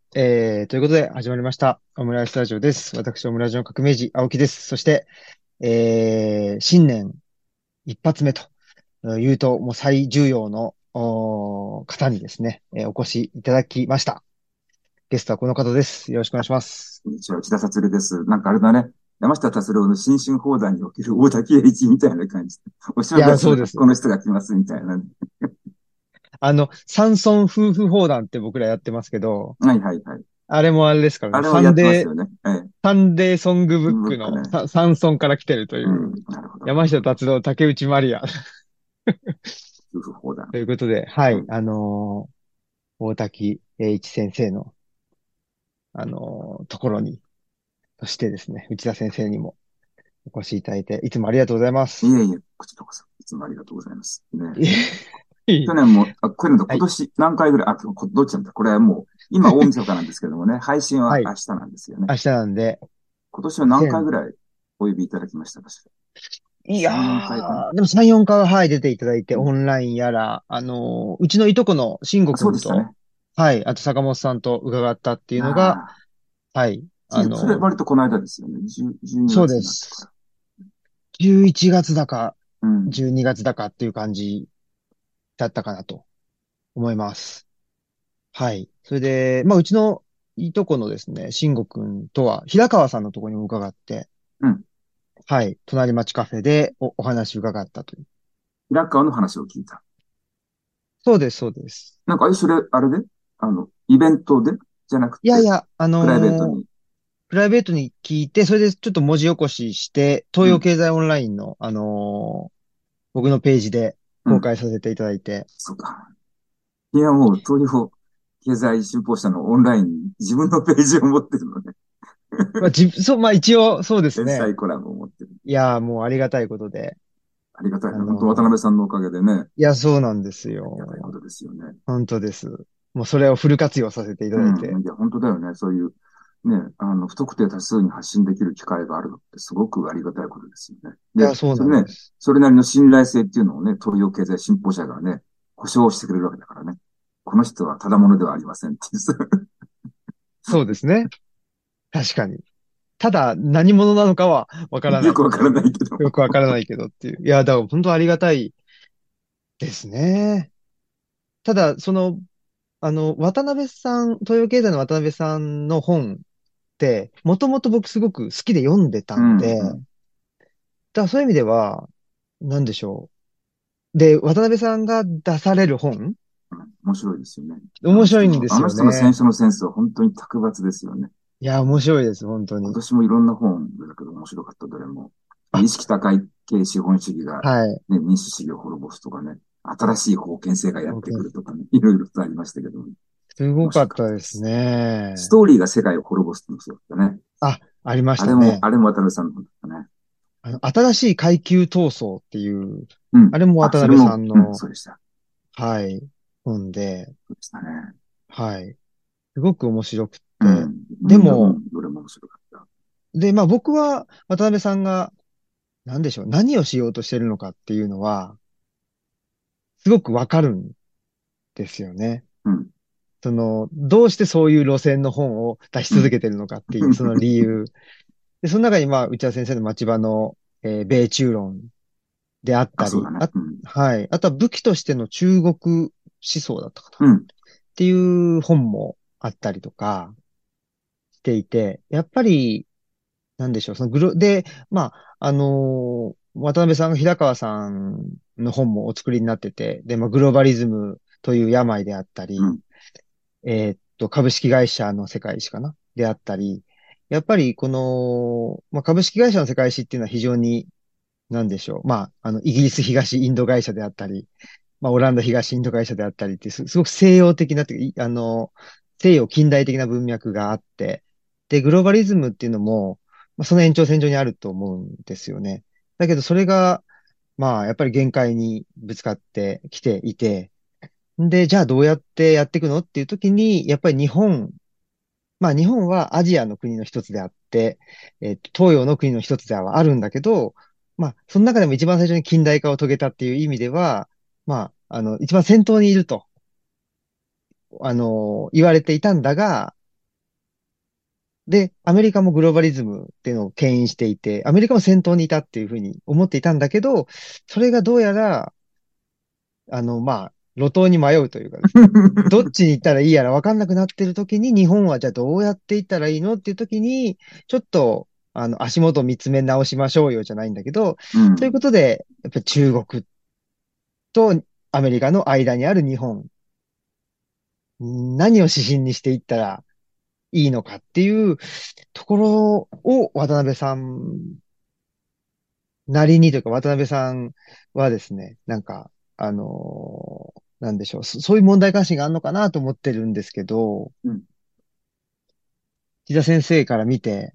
ということで始まりました。オムライスタジオです。私、オムラジオ革命児、青木です。そして、新年一発目というと、もう最重要の方にですね、お越しいただきました。ゲストはこの方です。よろしくお願いします。 こんにちは、内田達です。なんかあれだね。山下達郎の新春放談における大滝栄一みたいな感じで。お正いや、 月はそうです。 この人が来ますみたいなね。 山村夫婦砲弾って僕らやってますけど、 はいはいはい。 あれもあれですからね、 あれはやってますよね。ええ。 サンデーソングブックのブックね。 山村から来てるというん。 う、 なるほどなる山下ほど。 達郎、竹内まりや。 夫婦放談。 ということで、はい、 うん。 大滝栄一先生の、ところに、そしてですね、内田先生にもお越しいただいて、いつもありがとうございます。 いえいえ、こちらこそ。いつもありがとうございます。ね。 い去年も、去年とはい、 今年何回ぐらい、どっちなんだこれはもう、今大晦日なんですけどもね、配信ははい、 明日なんですよね。 明日なんで、 今年は何回 2000、 ぐらいお呼びいただきましたかしら。 いや 3、4回かな。 でも3、4回は、はい、出ていただいて、 うん。 オンラインやら、うちのいとこの慎吾あ、 くんと、 そうでしたね。 はい、あと坂本さんと伺ったっていうのが、 ああ。 はい、 それ割とこの間ですよね。12 そう月です。 になってから。 11月だか、 うん。 12月だかっていう感じだったかなと思います。はい。それで、まあ、うちのいとこのですね、慎吾くんとは、平川さんのところにも伺って、 うん。 はい。隣町カフェでお話伺ったという。 平川の話を聞いた。 そうです、そうです。 なんか、それ、あれでイベントでじゃなくて、 いやいや、 プライベートに。 プライベートに聞いて、それでちょっと文字起こしして、東うん。 洋経済オンラインの、僕のページでうん。 公開させていただいて、 そうか。いや、もう、東洋経済新報社のオンラインに自分のページを持ってるのね。 まあ、そう、まあ一応、そうですね。 連載コラムを持ってる。 いや、もうありがたいことで、 ありがたいあね。本当渡辺のさんのおかげでね、 いや、そうなんですありがたいこよ。 とですよね。 本当です。もうそれをフル活用させていただいて。 うん。いや、本当だよね。そういう、ね、不特定多数に発信できる機会があるのってすごくありがたいことですよね。で、 いや、そうそれね、 なんです。 それなりの信頼性っていうのをね、東洋経済新報社がね、保証してくれるわけだからね。この人はただものではありませんっていう。 そうですね。確かに。ただ、何者なのかはわからないよくわからっていう。 ないけど。 よくわからないけどっていう。いや、だから本当ありがたいですね。ただ、渡辺さん、東洋経済の渡辺さんの本って、もともと僕すごく好きで読んでたうん、 ので、 うん。 だからそういう意味では、なんでしょう。で、渡辺さんが出される本、 面白いですよね。 面白いんですあの人の選よね。 書のセンスは本当に卓抜ですよね。 いや、面白いです、本当に。 今年もいろんな本だけど面白かった、どれも。 あ、 意識高い系資本主義が、 はい。 ね、民主主義を滅ぼすとかね、新しい封建制がやってくる OK とかね、いろいろとありましたけど、 すごか面白ったですかったです。スね。 トーリーが世界を滅ぼすってのがそうだったね。 あ、ありましたね。 あれも渡辺さんの本だったね。 新しい階級闘争っていう、 うん。 あれもあ、 渡辺さそれも、うん、 んの、 そうでした。 はい、本で、 そうでしたね。 はい。すごく面白くって。 うん。うん、 でも、 どれも面白かった。 で、まあ僕は渡辺さんが、なんでしょう、何をしようとしてるのかっていうのは、すごくわかるんですよね。 うん。 どうしてそういう路線の本を出しうん。 続けてるのかっていう、その理由。で、その中に、まあ、内田先生の町場の、米中論であっあ、 たり、 そうだね。うん。 はい。あとは武器としての中国思想だったかな。っうん。 ていう本もあったりとかしていて、やっぱり、なんでしょう、で、まあ、渡辺さんが平川さんの本もお作りになってて、で、まあ、グローバリズムという病であったり、 うん。 株式会社の世界史かなであったり、やっぱりまあ、株式会社の世界史っていうのは非常に、なんでしょう。まあ、イギリス東インド会社であったり、まあ、オランダ東インド会社であったりってすごく西洋的なっていうか、西洋近代的な文脈があって、で、グローバリズムっていうのも、まあ、その延長線上にあると思うんですよね。だけど、それが、まあ、やっぱり限界にぶつかってきていて、で、じゃあどうやってやっていくのっていう時に、やっぱりまあ日本はアジアの国の一つであって、東洋の国の一つではあるんだけど、まあ、その中でも一番最初に近代化を遂げたっていう意味では、まあ、一番先頭にいると、言われていたんだが、 で、アメリカもグローバリズムっていうのを牽引していて、アメリカも先頭にいたっていうふうに思っていたんだけど、それがどうやら、路頭に迷うというかですね、どっちに行ったらいいやら分かんなくなってる時に、日本はじゃあどうやって行ったらいいのっていう時に、ちょっと、足元を見つめ直しましょうよじゃないんだけど、といううん。 ことで、やっぱり中国とアメリカの間にある日本、何を指針にしていったらいいのかっていうところを渡辺さんなりにというか、渡辺さんはですね、なんでしょう、そういう問題関心があるのかなと思ってるんですけど、 うん。 木田先生から見て、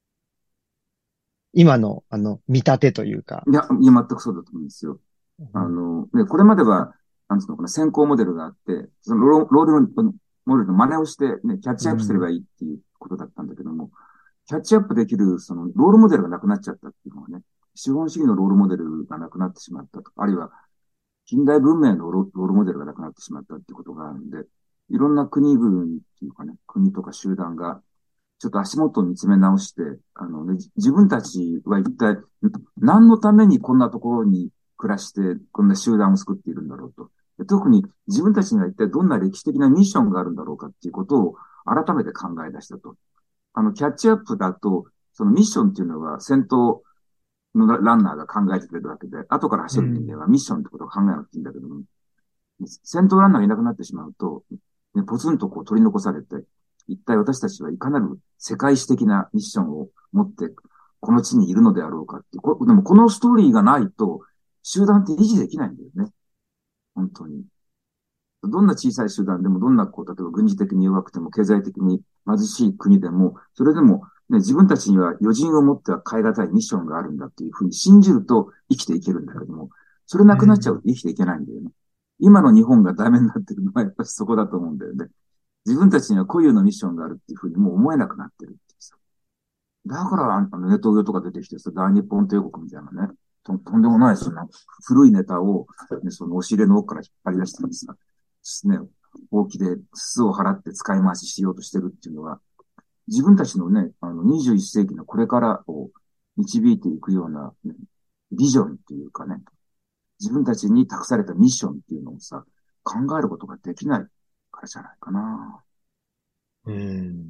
今の、見立てというか、 いや、全くそうだと思うんですよ。これまでは、なんつうのかな、先行モデルがあって、そのロールモデルの真似をして、ね、キャッチアップすれうん、 ばいいっていうことだったんだけども、キャッチアップできる、その、ロールモデルがなくなっちゃったっていうのはね、資本主義のロールモデルがなくなってしまったとか、あるいは、近代文明のロールモデルがなくなってしまったっていうことがあるんで、いろんな国々っていうかね、国とか集団が、ちょっと足元を見つめ直して、自分たちは一体何のためにこんなところに暮らして、こんな集団を作っているんだろうと。特に自分たちには一体どんな歴史的なミッションがあるんだろうかっていうことを改めて考え出したと。キャッチアップだと、そのミッションっていうのは先頭のランナーが考えてくれるわけで、後から走る人間うん、 はミッションってことを考えなくていいんだけども、先頭ランナーがいなくなってしまうと、ね、ポツンとこう取り残されて、一体私たちはいかなる世界史的なミッションを持って、この地にいるのであろうかっていう。でもこのストーリーがないと、集団って維持できないんだよね。本当に。どんな小さい集団でも、どんなこう、例えば軍事的に弱くても、経済的に貧しい国でも、それでも、ね、自分たちには余人を持っては変え難いミッションがあるんだっていうふうに信じると生きていけるんだけども、それなくなっちゃうと生きていけないんだよね。今の日本がダメになってるのはやっぱりそこだと思うんだよね。自分たちには固有のミッションがあるっていうふうにもう思えなくなってるっていうさ。だから、ネトウヨとか出てきてさ、大日本帝国みたいなね、とんでもない、そんな古いネタを、ね、その押し入れの奥から引っ張り出してさ、ね、ほうきで巣を払って使い回ししようとしてるっていうのは、自分たちのね、21世紀のこれからを導いていくような、ね、ビジョンっていうかね、自分たちに託されたミッションっていうのをさ、考えることができないからじゃないかな。 うん。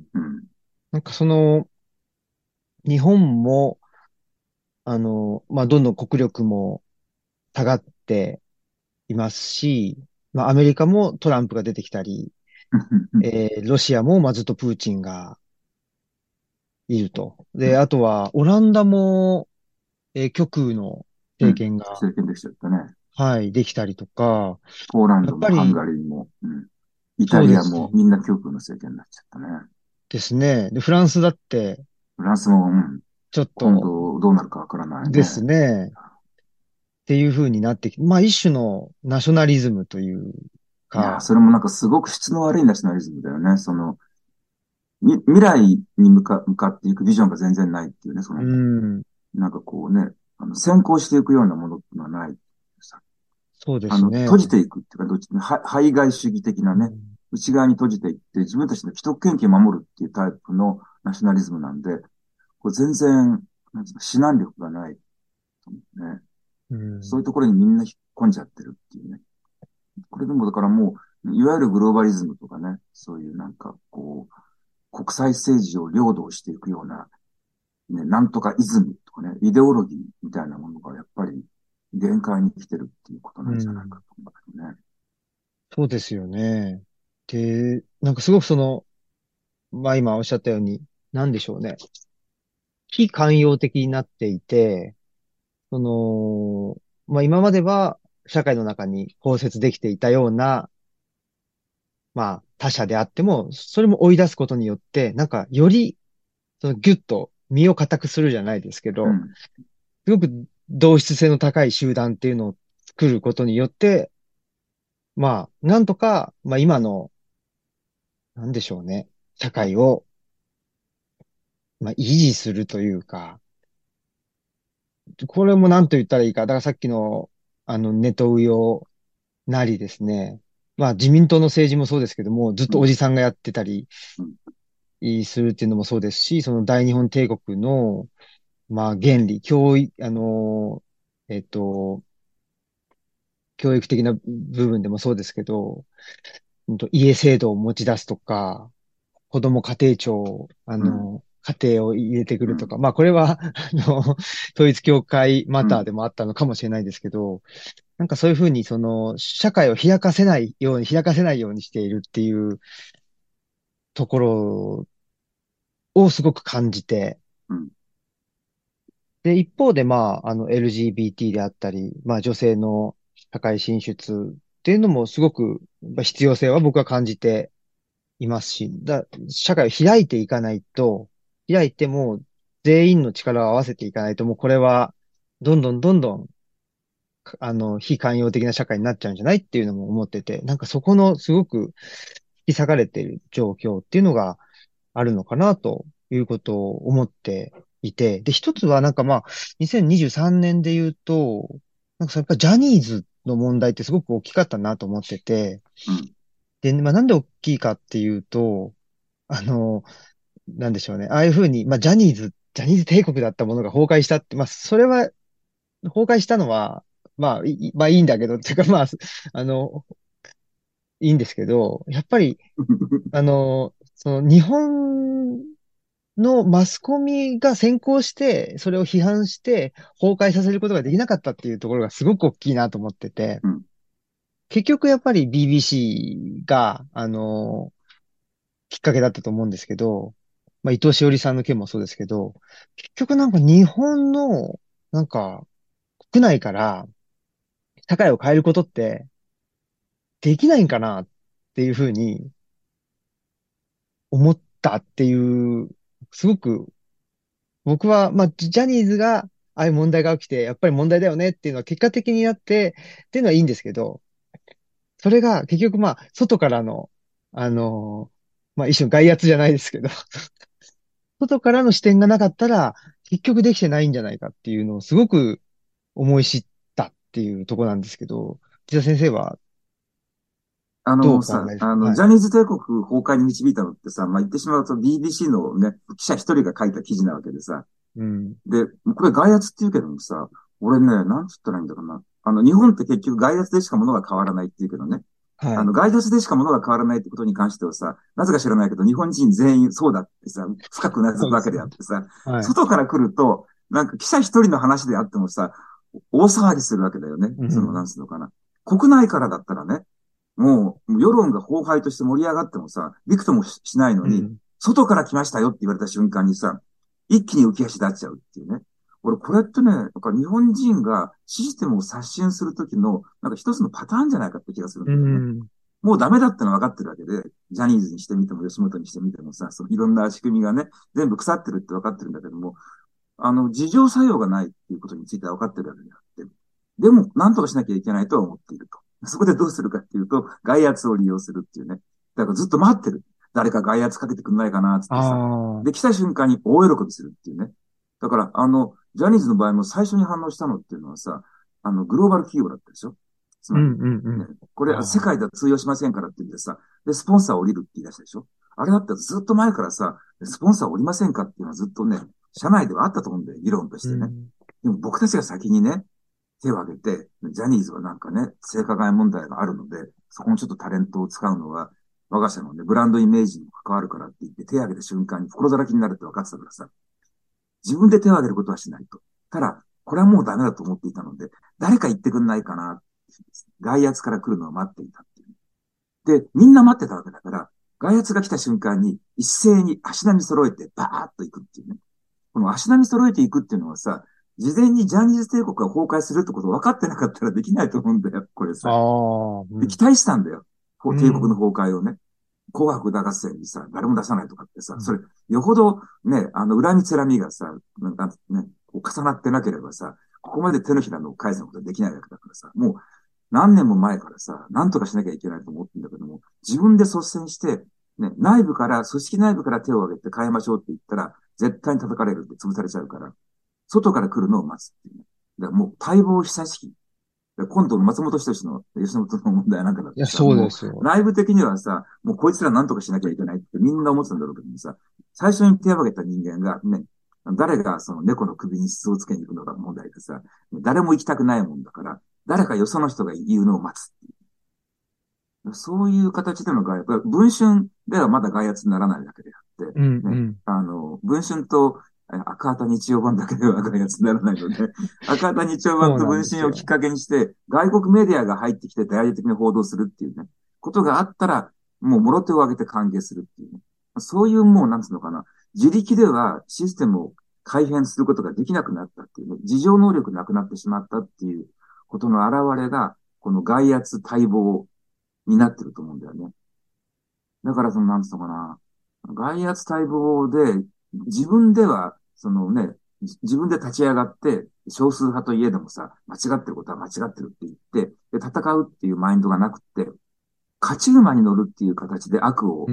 うん。 なんかその、日本も、どんどん国力も下がっていますし、アメリカもトランプが出てきたり、ロシアも、ずっとプーチンがいると。で、あとは、オランダも、極右のうん。 政権が、 政権できちゃったね。 はい、できたりとか、 ポーランやっドもハンぱり、 ガリーも、うん。イタリアそうですもみんな極右の政権になっちゃったね。 ですね。で、フランスだって、 フランスも、うん。 ちょっ今と、 度どうなるかわからないですね。 ね。っていう風になってきて、一種のナショナリズムといういや、 か、 それもなんかすごく質の悪いナショナリズムだよね。その、未来に向かっていくビジョンが全然ないっていうね、そうの、 ん、 なんかこうね、先行していくようなものっていうのはない。 そうですね。 閉じていくっていうか、どっち、排外主義的なね、 うん、 内側に閉じていって、自分たちの既得権益を守るっていうタイプのナショナリズムなんで、これ全然、なんつうか、指南力がない。ね。 うん、 そういうところにみんな引っ込んじゃってるっていうね。これでもだからもう、いわゆるグローバリズムとかね、そういうなんかこう、国際政治を領土をしていくような、ね、なんとかイズムとかね、イデオロギーみたいなものがやっぱり限界に来てるっていうことうなんじゃないかん、 と思うんだけどね。 そうですよね。で、なんかすごくその、今おっしゃったように、なんでしょうね。非寛容的になっていて、その、今までは社会の中に包摂できていたような、他者であっても、それも追い出すことによって、なんかより、そのギュッと身を固くするじゃないですけど、 うん。 すごく同質性の高い集団っていうのを作ることによって、なんとか、今の、なんでしょうね、社会を、維持するというか、これも何と言ったらいいか。だからさっきの、ネトウヨなりですね。自民党の政治もそうですけども、ずっうん。 とおじさんがやってたり、 うん。 するっていうのもそうですし、その大日本帝国の、まあ、原理、教育、えっと、教育的な部分でもそうですけど、家制度を持ち出すとか、子供家庭庁、 うん、 家庭を入れてくうん、 るとか、まあこれは、統一教会マうん、 ターでもあったのかもしれないですけど、なんかそういうふうに、社会を開かせないようにしているっていうところをすごく感じて、 うん、 で、一方で、まあ、LGBT であったり、まあ女性の社会進出っていうのもすごくまあ必要性は僕は感じていますし、社会を開いていかないと、開いても全員の力を合わせていかないと、もうこれは、どんどん、非寛容的な社会になっちゃうんじゃないっていうのも思ってて、なんかそこのすごく引き裂かれている状況っていうのがあるのかなということを思っていて、で、一つはなんかまあ、2023年で言うと、なんかやっぱジャニーズの問題ってすごく大きかったなと思ってて、 うん。 で、まあなんで大きいかっていうと、あの、なんでしょうね。ああいうふうに、まあ、ジャニーズ帝国だったものが崩壊したって、まあ、それは、崩壊したのは、まあいいんだけど、っていうかまあ、あの、いいんですけど、やっぱり、その日本のマスコミが先行して、それを批判して、崩壊させることができなかったっていうところがすごく大きいなと思ってて、 うん。 結局やっぱり BBC が、きっかけだったと思うんですけど、まあ、伊藤詩織さんの件もそうですけど、結局なんか日本の、なんか、国内から社会を変えることってできないんかなっていうふうに思ったっていう、すごく僕は、まあ、ジャニーズが、ああいう問題が起きて、やっぱり問題だよねっていうのは結果的になって、っていうのはいいんですけど、それが結局まあ、外からの、まあ一種の外圧じゃないですけど、外からの視点がなかったら、結局できてないんじゃないかっていうのをすごく思い知ったっていうところなんですけど、千田先生はどうお考えですか？はい。 ジャニーズ帝国崩壊に導いたのってさ、まあ、言ってしまうと BBC のね、記者一人が書いた記事なわけでさ、 うん。 で、これ外圧って言うけどもさ、俺ね、なんつったらいいんだろうな。日本って結局外圧でしか物が変わらないって言うけどね。 はい。 外圧でしか物が変わらないってことに関してはさ、なぜか知らないけど、日本人全員そうだってさ、深くうなずくわけそうですね。 であってさ、 はい。 外から来ると、なんか記者一人の話であってもさ、大騒ぎするわけだよね。なんうん。 つうのかな。国内からだったらね、もう世論が崩壊として盛り上がってもさ、びくともしないのに、 うん。 外から来ましたよって言われた瞬間にさ、一気に浮き足立っちゃうっていうね。俺、これってね、なんか日本人がシステムを刷新するときの、なんか一つのパターンじゃないかって気がするんうだよね。 ん。 もうダメだってのは分かってるわけで、ジャニーズにしてみても吉本にしてみてもさ、そのいろんな仕組みがね、全部腐ってるって分かってるんだけども、自浄作用がないっていうことについては分かってるわけであって、でも、なんとかしなきゃいけないとは思っていると。そこでどうするかっていうと、外圧を利用するっていうね。だからずっと待ってる。誰か外圧かけてくんないかな、つってさ。 ああ。 で、来た瞬間に大喜びするっていうね。だから、ジャニーズの場合も最初に反応したのっていうのはさ、グローバル企業だったでしょ。つまり、 うんうんうね、 ん。 これ世ああ。 界では通用しませんからって言ってさ、で、スポンサー降りるって言い出したでしょ。あれだったらずっと前からさ、スポンサー降りませんかっていうのはずっとね、社内ではあったと思うんだよ、議論としてね。 うん。 でも僕たちが先にね、手を挙げて、ジャニーズはなんかね、性加害問題があるので、そこにちょっとタレントを使うのは、我が社のね、ブランドイメージにも関わるからって言って手を挙げた瞬間に袋だらけになるって分かってたからさ、自分で手を挙げることはしないと。ただ、これはもうダメだと思っていたので、誰か言ってくんないかな、外圧から来るのを待っていたっていう。で、みんな待ってたわけだから、外圧が来た瞬間に一斉に足並み揃えてバーッと行くっていうね。この足並み揃えていくっていうのはさ、事前にジャニーズ帝国が崩壊するってこと分かってなかったらできないと思うんだよ、これあさ。 あ。うで、期ん。 待したんだよ。帝国のうん。 崩壊をね。紅白歌合戦にさ、誰も出さないとかってさ、 うん。 それ、よほどね、恨みつらみがさ、なんかね、こう重なってなければさ、ここまで手のひらの返すことはできないわけだからさ、もう何年も前からさ、なんとかしなきゃいけないと思ってんだけども、自分で率先して、ね、内部から、組織内部から手を挙げて変えましょうって言ったら、絶対に叩かれるって潰されちゃうから、外から来るのを待つっていうね。だからもう待望久しき。今度の松本人志の吉本の問題なんかだっいや、 てさ、 そうでもすよ。 う内部的にはさ、もうこいつら何とかしなきゃいけないってみんな思ってたんだろうけどさ、 最初に手を挙げた人間がね、誰がその猫の首に鈴をつけに行くのが問題でさ、誰も行きたくないもんだから、誰かよその人が言うのを待つ。そういう形での外圧、文春ではまだ外圧にならないだけであって、 うん、うね、 ん。 文春と赤旗日曜版だけでは外圧にならないので、赤旗日曜版そうなと文んですよ。 春をきっかけにして、外国メディアが入ってきて大々的に報道するっていうね、ことがあったら、もう諸手を挙げて歓迎するっていうね。そういうもう、なんつうのかな、自力ではシステムを改変することができなくなったっていうね、自浄能力なくなってしまったっていうことの表れが、この外圧待望になってると思うんだよね。だからその、なんつうのかな、外圧待望で、自分では、そのね、自分で立ち上がって、少数派といえどもさ、間違ってることは間違ってるって言って、で、戦うっていうマインドがなくって、勝ち馬に乗るっていう形で悪をうん。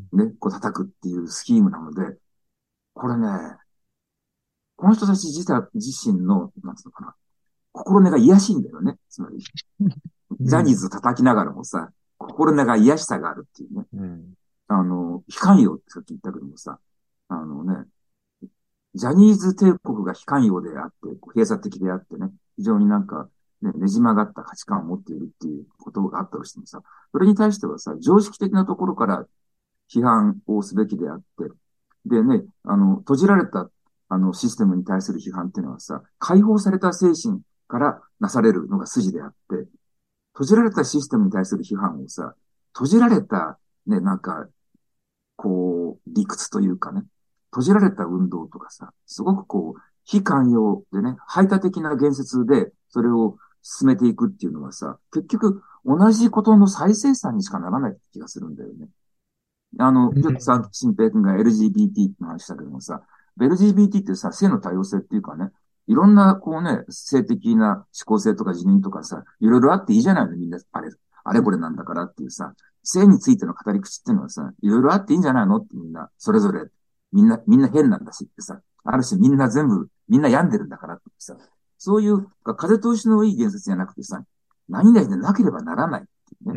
ね、こう叩くっていうスキームなので、これね、この人たち自身の、なんつうのかな、心根が癒しいんだよね。つまり、ジャニーうん。 ズ叩きながらもさ、心根が癒しさがあるっていうね。 うん。 非寛容ってさっき言ったけどもさ、あのね、ジャニーズ帝国が非寛容であって、閉鎖的であってね、非常になんか、ね、ねじ曲がった価値観を持っているっていうことがあったとしてもさ、それに対してはさ、常識的なところから批判をすべきであって、でね、閉じられた、システムに対する批判っていうのはさ、解放された精神からなされるのが筋であって、閉じられたシステムに対する批判をさ、閉じられた、ね、なんか、こう、理屈というかね、閉じられた運動とかさ、すごくこう、非寛容でね、排他的な言説で、それを進めていくっていうのはさ、結局、同じことの再生産にしかならない気がするんだよね。 うよくさ、 ん。 新平君が LGBT の話したけどもさ、LGBT ってさ、性の多様性っていうかね、いろんな、こうね、性的な思考性とか自認とかさ、いろいろあっていいじゃないの、みんな、あれこれなんだからっていうさ、性についての語り口っていうのはさ、いろいろあっていいんじゃないのってみんな、それぞれ、みんな変なんだしってさ、ある種みんな全部、みんな病んでるんだからってさ、そういう、風通しのいい言説じゃなくてさ、何々でなければならないっていうね、 うん。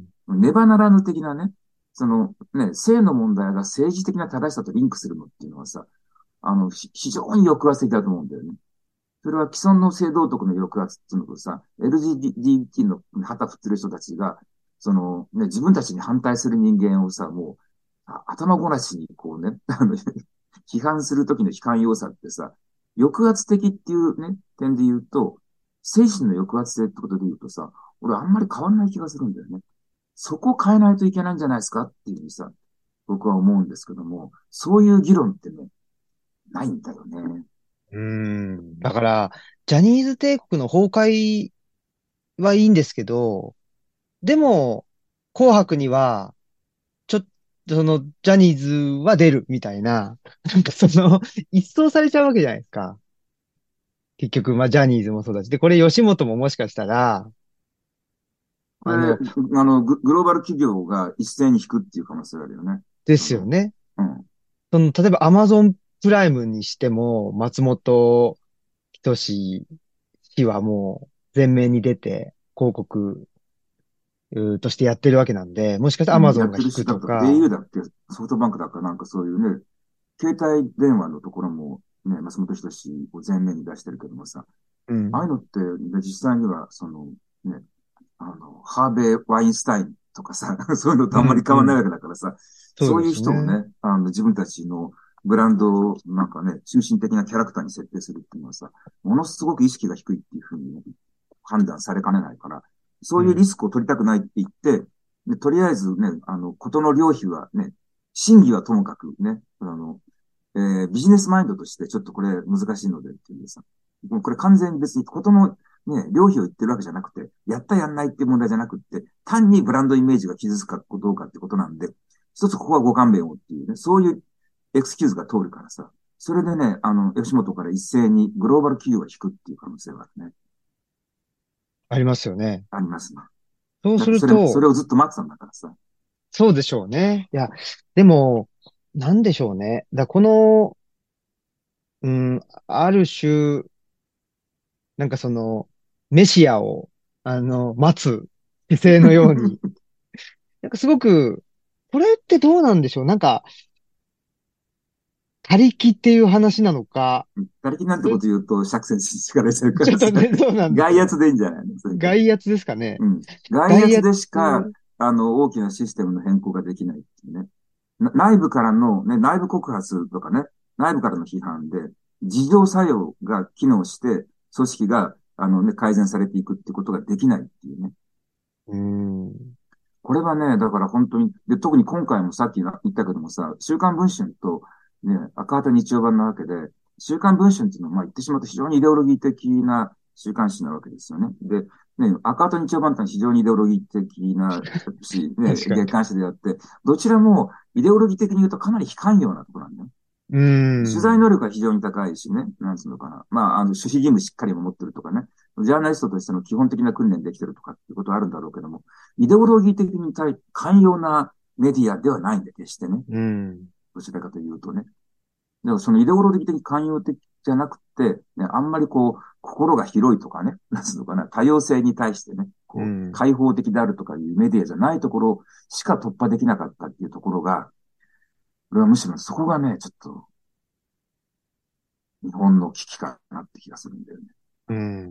ねばならぬ的なね、そのね、性の問題が政治的な正しさとリンクするのっていうのはさ、非常に抑圧的だと思うんだよね。それは既存の性道徳の抑圧っていうのとさ、LGBT の旗振ってる人たちが、そのね、自分たちに反対する人間をさ、もう、頭ごなしにこうね、批判するときの批判要素ってさ、抑圧的っていうね、点で言うと、精神の抑圧性ってことで言うとさ、俺あんまり変わんない気がするんだよね。そこを変えないといけないんじゃないですかっていうふうにさ、僕は思うんですけども、そういう議論ってね、ないんだよね。 うん。だから、ジャニーズ帝国の崩壊はいいんですけど、でも、紅白には、ちょっと、ジャニーズは出るみたいな、一掃されちゃうわけじゃないですか。結局、まあ、ジャニーズもそうだし。で、これ、吉本ももしかしたら、 これ、 あの、 グローバル企業が一斉に引くっていう可能性があるよね。 ですよね。 うん。 例えば、アマゾンプライムにしても、松本人志氏はもう、前面に出て、広告としてやってるわけなんで、もしかしたらアマうん、 ゾやってるし、 ンが引くとだってか、 au だっけ、ソフトバンクだっかなんかそういうね、携帯電話のところもね、松本人志を前面に出してるけどもさ、 うん。 ああいうのって、実際には、ね、ハーベイ・ワインスタインとかさ、そういうのとあんまりうん、うん。 変わんないわけだからさ、 そうでそういうすね。 人をね、自分たちのブランドをなんかね、中心的なキャラクターに設定するっていうのはさ、ものすごく意識が低いっていうふうに、ね、判断されかねないから、そういうリうん。 スクを取りたくないって言って、でとりあえずね、ことの料費はね、審議はともかくね、ビジネスマインドとしてちょっとこれ難しいのでっていうんでさ、もうこれ完全に別にことのね、料費を言ってるわけじゃなくて、やったやんないっていう問題じゃなくて、単にブランドイメージが傷つくかどうかってことなんで、一つここはご勘弁をっていうね、そういうエクスキューズが通るからさ、それでね、吉本から一斉にグローバル企業が引くっていう可能性があるね、 ありますよね。 ありますね。 そうすだってそれると、 をずっと待ってたんだからさ。 そうでしょうね。いや、でも、なんでしょうね。うん、ある種、メシアを、待つ姿勢のように、すごく、これってどうなんでしょう。 他力っていう話なのか、 他力なんてそれ、 こと言うと、釈先生力されるからさ、 ちょっとね、そうなんですよ。 外圧でいいんじゃないのそれで。 外圧ですかね。 うん。外外圧、 圧でしか、大きなシステムの変更ができないっていうね。内部からの、ね、内部告発とかね、内部からの批判で、自浄作用が機能して、組織が、改善されていくってことができないっていうね。 うん。 これはね、だから本当に、で、特に今回もさっき言ったけどもさ、週刊文春と、ね、赤旗日曜版なわけで、週刊文春っていうのは、まあ言ってしまうと非常にイデオロギー的な週刊誌なわけですよね。で、ね、赤旗日曜版ってのは非常にイデオロギー的なし、ね、 確かに。 月刊誌であって、どちらもイデオロギー的に言うとかなり非寛容なところなんだよね。 う取材能ん。 力が非常に高いしね、なんつうのかな。まあ、守秘義務しっかり守ってるとかね。ジャーナリストとしての基本的な訓練できてるとかっていうことはあるんだろうけども、イデオロギー的に寛容なメディアではないんで、決してね。 うん。 どちらかというとね。でもそのイデオロギー的寛容的じゃなくて、ね、あんまりこう、心が広いとかね、なんつうのかな、多様性に対してね、こう、 うん。 開放的であるとかいうメディアじゃないところしか突破できなかったっていうところが、俺はむしろそこがね、ちょっと日本の危機かなって気がするんだよね。 うん。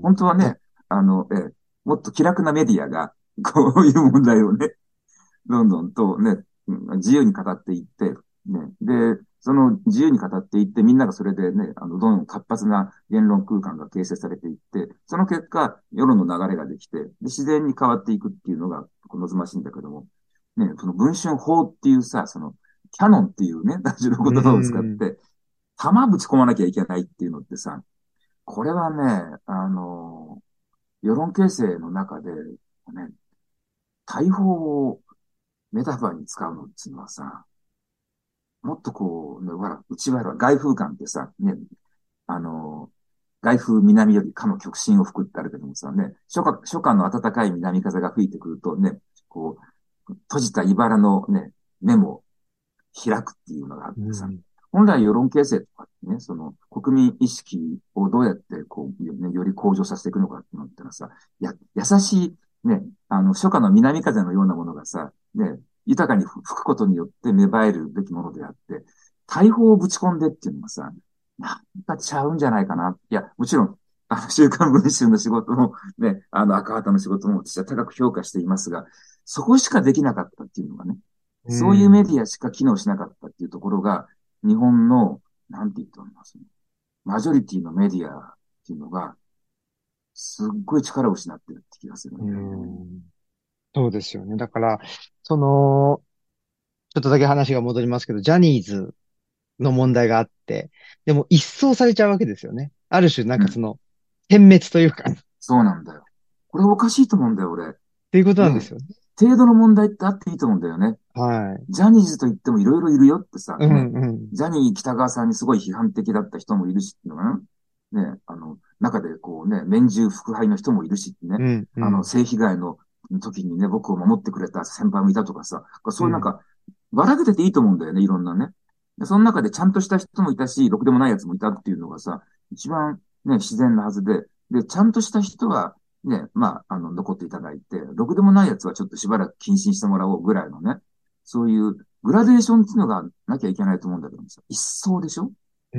本当はね、あの、えもっと気楽なメディアが、こういう問題をね、どんどんとね、自由に語っていって、ね、で、その自由に語っていって、みんながそれでね、どんどん活発な言論空間が形成されていって、その結果、世論の流れができて、で、自然に変わっていくっていうのが望ましいんだけども、ね、その文春法っていうさ、その、キャノンっていうね、大事なう言葉を使っん。 て、弾ぶち込まなきゃいけないっていうのってさ、これはね、世論形成の中で、ね、大砲をメタファーに使うのっていうのはさ、もっとこう、ね、ほら、内側外風感ってさ、ね、あの、外風南よりかの極真を吹くってあるけどもさ、ね、初夏の暖かい南風が吹いてくるとね、こう、閉じた茨のね、目も開くっていうのがあってさ、 うん。 本来世論形成とかってね、その国民意識をどうやってこう、ね、より向上させていくのかっていうのってのはさ、優しいね、初夏の南風のようなものがさ、ね、豊かに吹くことによって芽生えるべきものであって、大砲をぶち込んでっていうのはさ、なんかちゃうんじゃないかな。いや、もちろん、週刊文春の仕事も、ね、赤旗の仕事も私は高く評価していますが、そこしかできなかったっていうのがね、 うそういうメデん。 ィアしか機能しなかったっていうところが、日本の、なんて言ったらいいのかな、マジョリティのメディアっていうのが、すっごい力を失ってるって気がするうんだよね。 ん。そうですよね。だから、その、ちょっとだけ話が戻りますけど、ジャニーズの問題があって、でも一掃されちゃうわけですよね。ある種、なんうん。 かその、殲滅というか、っそうなんだよ。これおかしいと思うんだよ、俺。 ていうことなんでね。 すよね。 程度の問題ってあっていいと思うんだよね。 はい。 ジャニーズと言ってもいろいろいるよってさ、 うね。 んうん。 ジャニー喜多川さんにすごい批判的だった人もいるしっていうのかな。ね。中でこうね、面従腹背の人もいるしってね。 うんうん。 性被害の時にね、僕を守ってくれた先輩もいたとかさ、 うん。 そういうなんか、ばらけてていいと思うんだよね、いろんなね。で、その中でちゃんとした人もいたし、ろくでもないやつもいたっていうのがさ、一番ね、自然なはずで、で、ちゃんとした人は、ね、まあ、残っていただいて、ろくでもないやつはちょっとしばらく謹慎してもらおうぐらいのね、そういうグラデーションっていうのがなきゃいけないと思うんだけどもさ、一層でしょ。 うん。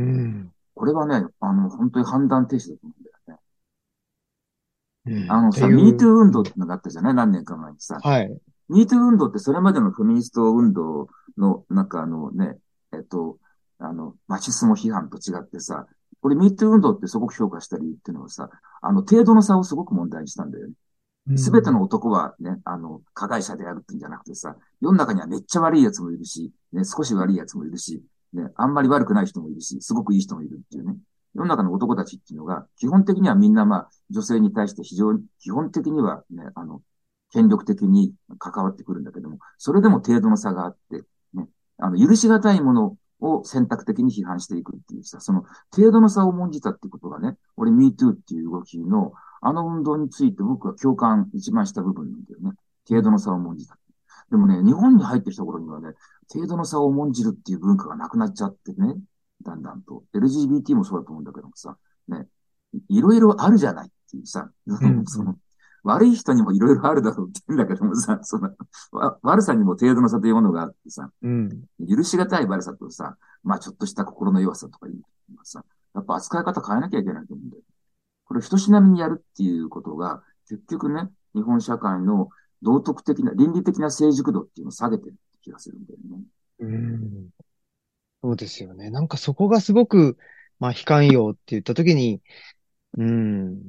これはね、本当に判断停止だと思うんだよね。 うん。ってさ、 い MeToo う。うん。 運動ってのがあったじゃない何年か前にさ。 はい。 MeToo 運動ってそれまでのフェミニスト運動の、なんかね、マチスモ批判と違ってさ、これ MeToo 運動ってすごく評価した理由っていうのはさ、程度の差をすごく問題にしたんだよね。 うん。 すべての男はね、加害者であるってんじゃなくてさ、世の中にはめっちゃ悪い奴もいるし、ね、少し悪い奴もいるし、ね、あんまり悪くない人もいるし、すごくいい人もいるっていうね。世の中の男たちっていうのが、基本的にはみんなまあ、女性に対して非常に、基本的にはね、権力的に関わってくるんだけども、それでも程度の差があって、ね、許しがたいものを選択的に批判していくっていうさ、その程度の差を重んじたってことがね、俺 MeToo っていう動きの、運動について僕は共感一番した部分なんだよね。程度の差を重んじた。でもね、日本に入ってきた頃にはね、程度の差を重んじるっていう文化がなくなっちゃってね、だんだんと。LGBT もそうだと思うんだけどもさ、ね、いろいろあるじゃないっていうさ、 うん。うん。 その、悪い人にもいろいろあるだろうって言うんだけどもさ、悪さにも程度の差というものがあってさ、 うん。 許しがたい悪さとさ、 まあちょっとした心の弱さとかいうのはさ、やっぱ扱い方変えなきゃいけないと思うんだよ。これ人しなみにやるっていうことが、結局ね、日本社会の道徳的な、倫理的な成熟度っていうのを下げてるって気がするんだよね。 うん。そうですよね。なんかそこがすごく、まあ、悲観よって言ったときに、うん、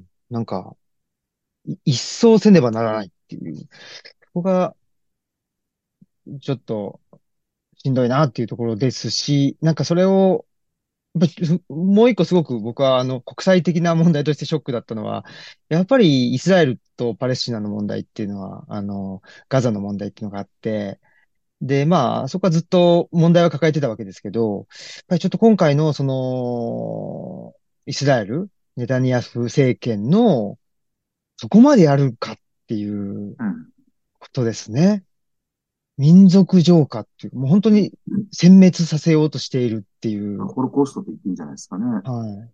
なんか、一掃せねばならないっていう、そこが、ちょっと、しんどいなっていうところですし、なんかそれを、やっぱりもう一個すごく僕は国際的な問題としてショックだったのは、やっぱりイスラエルとパレスチナの問題っていうのは、ガザの問題っていうのがあって、で、まあ、そこはずっと問題は抱えてたわけですけど、やっぱりちょっと今回のイスラエル、ネタニヤフ政権の、そこまでやるかっていううん。 ことですね。民族浄化っていう、もう本当に殲滅させようとしているっていう。 ホロコーストって言っていいんじゃないですかね。 はい。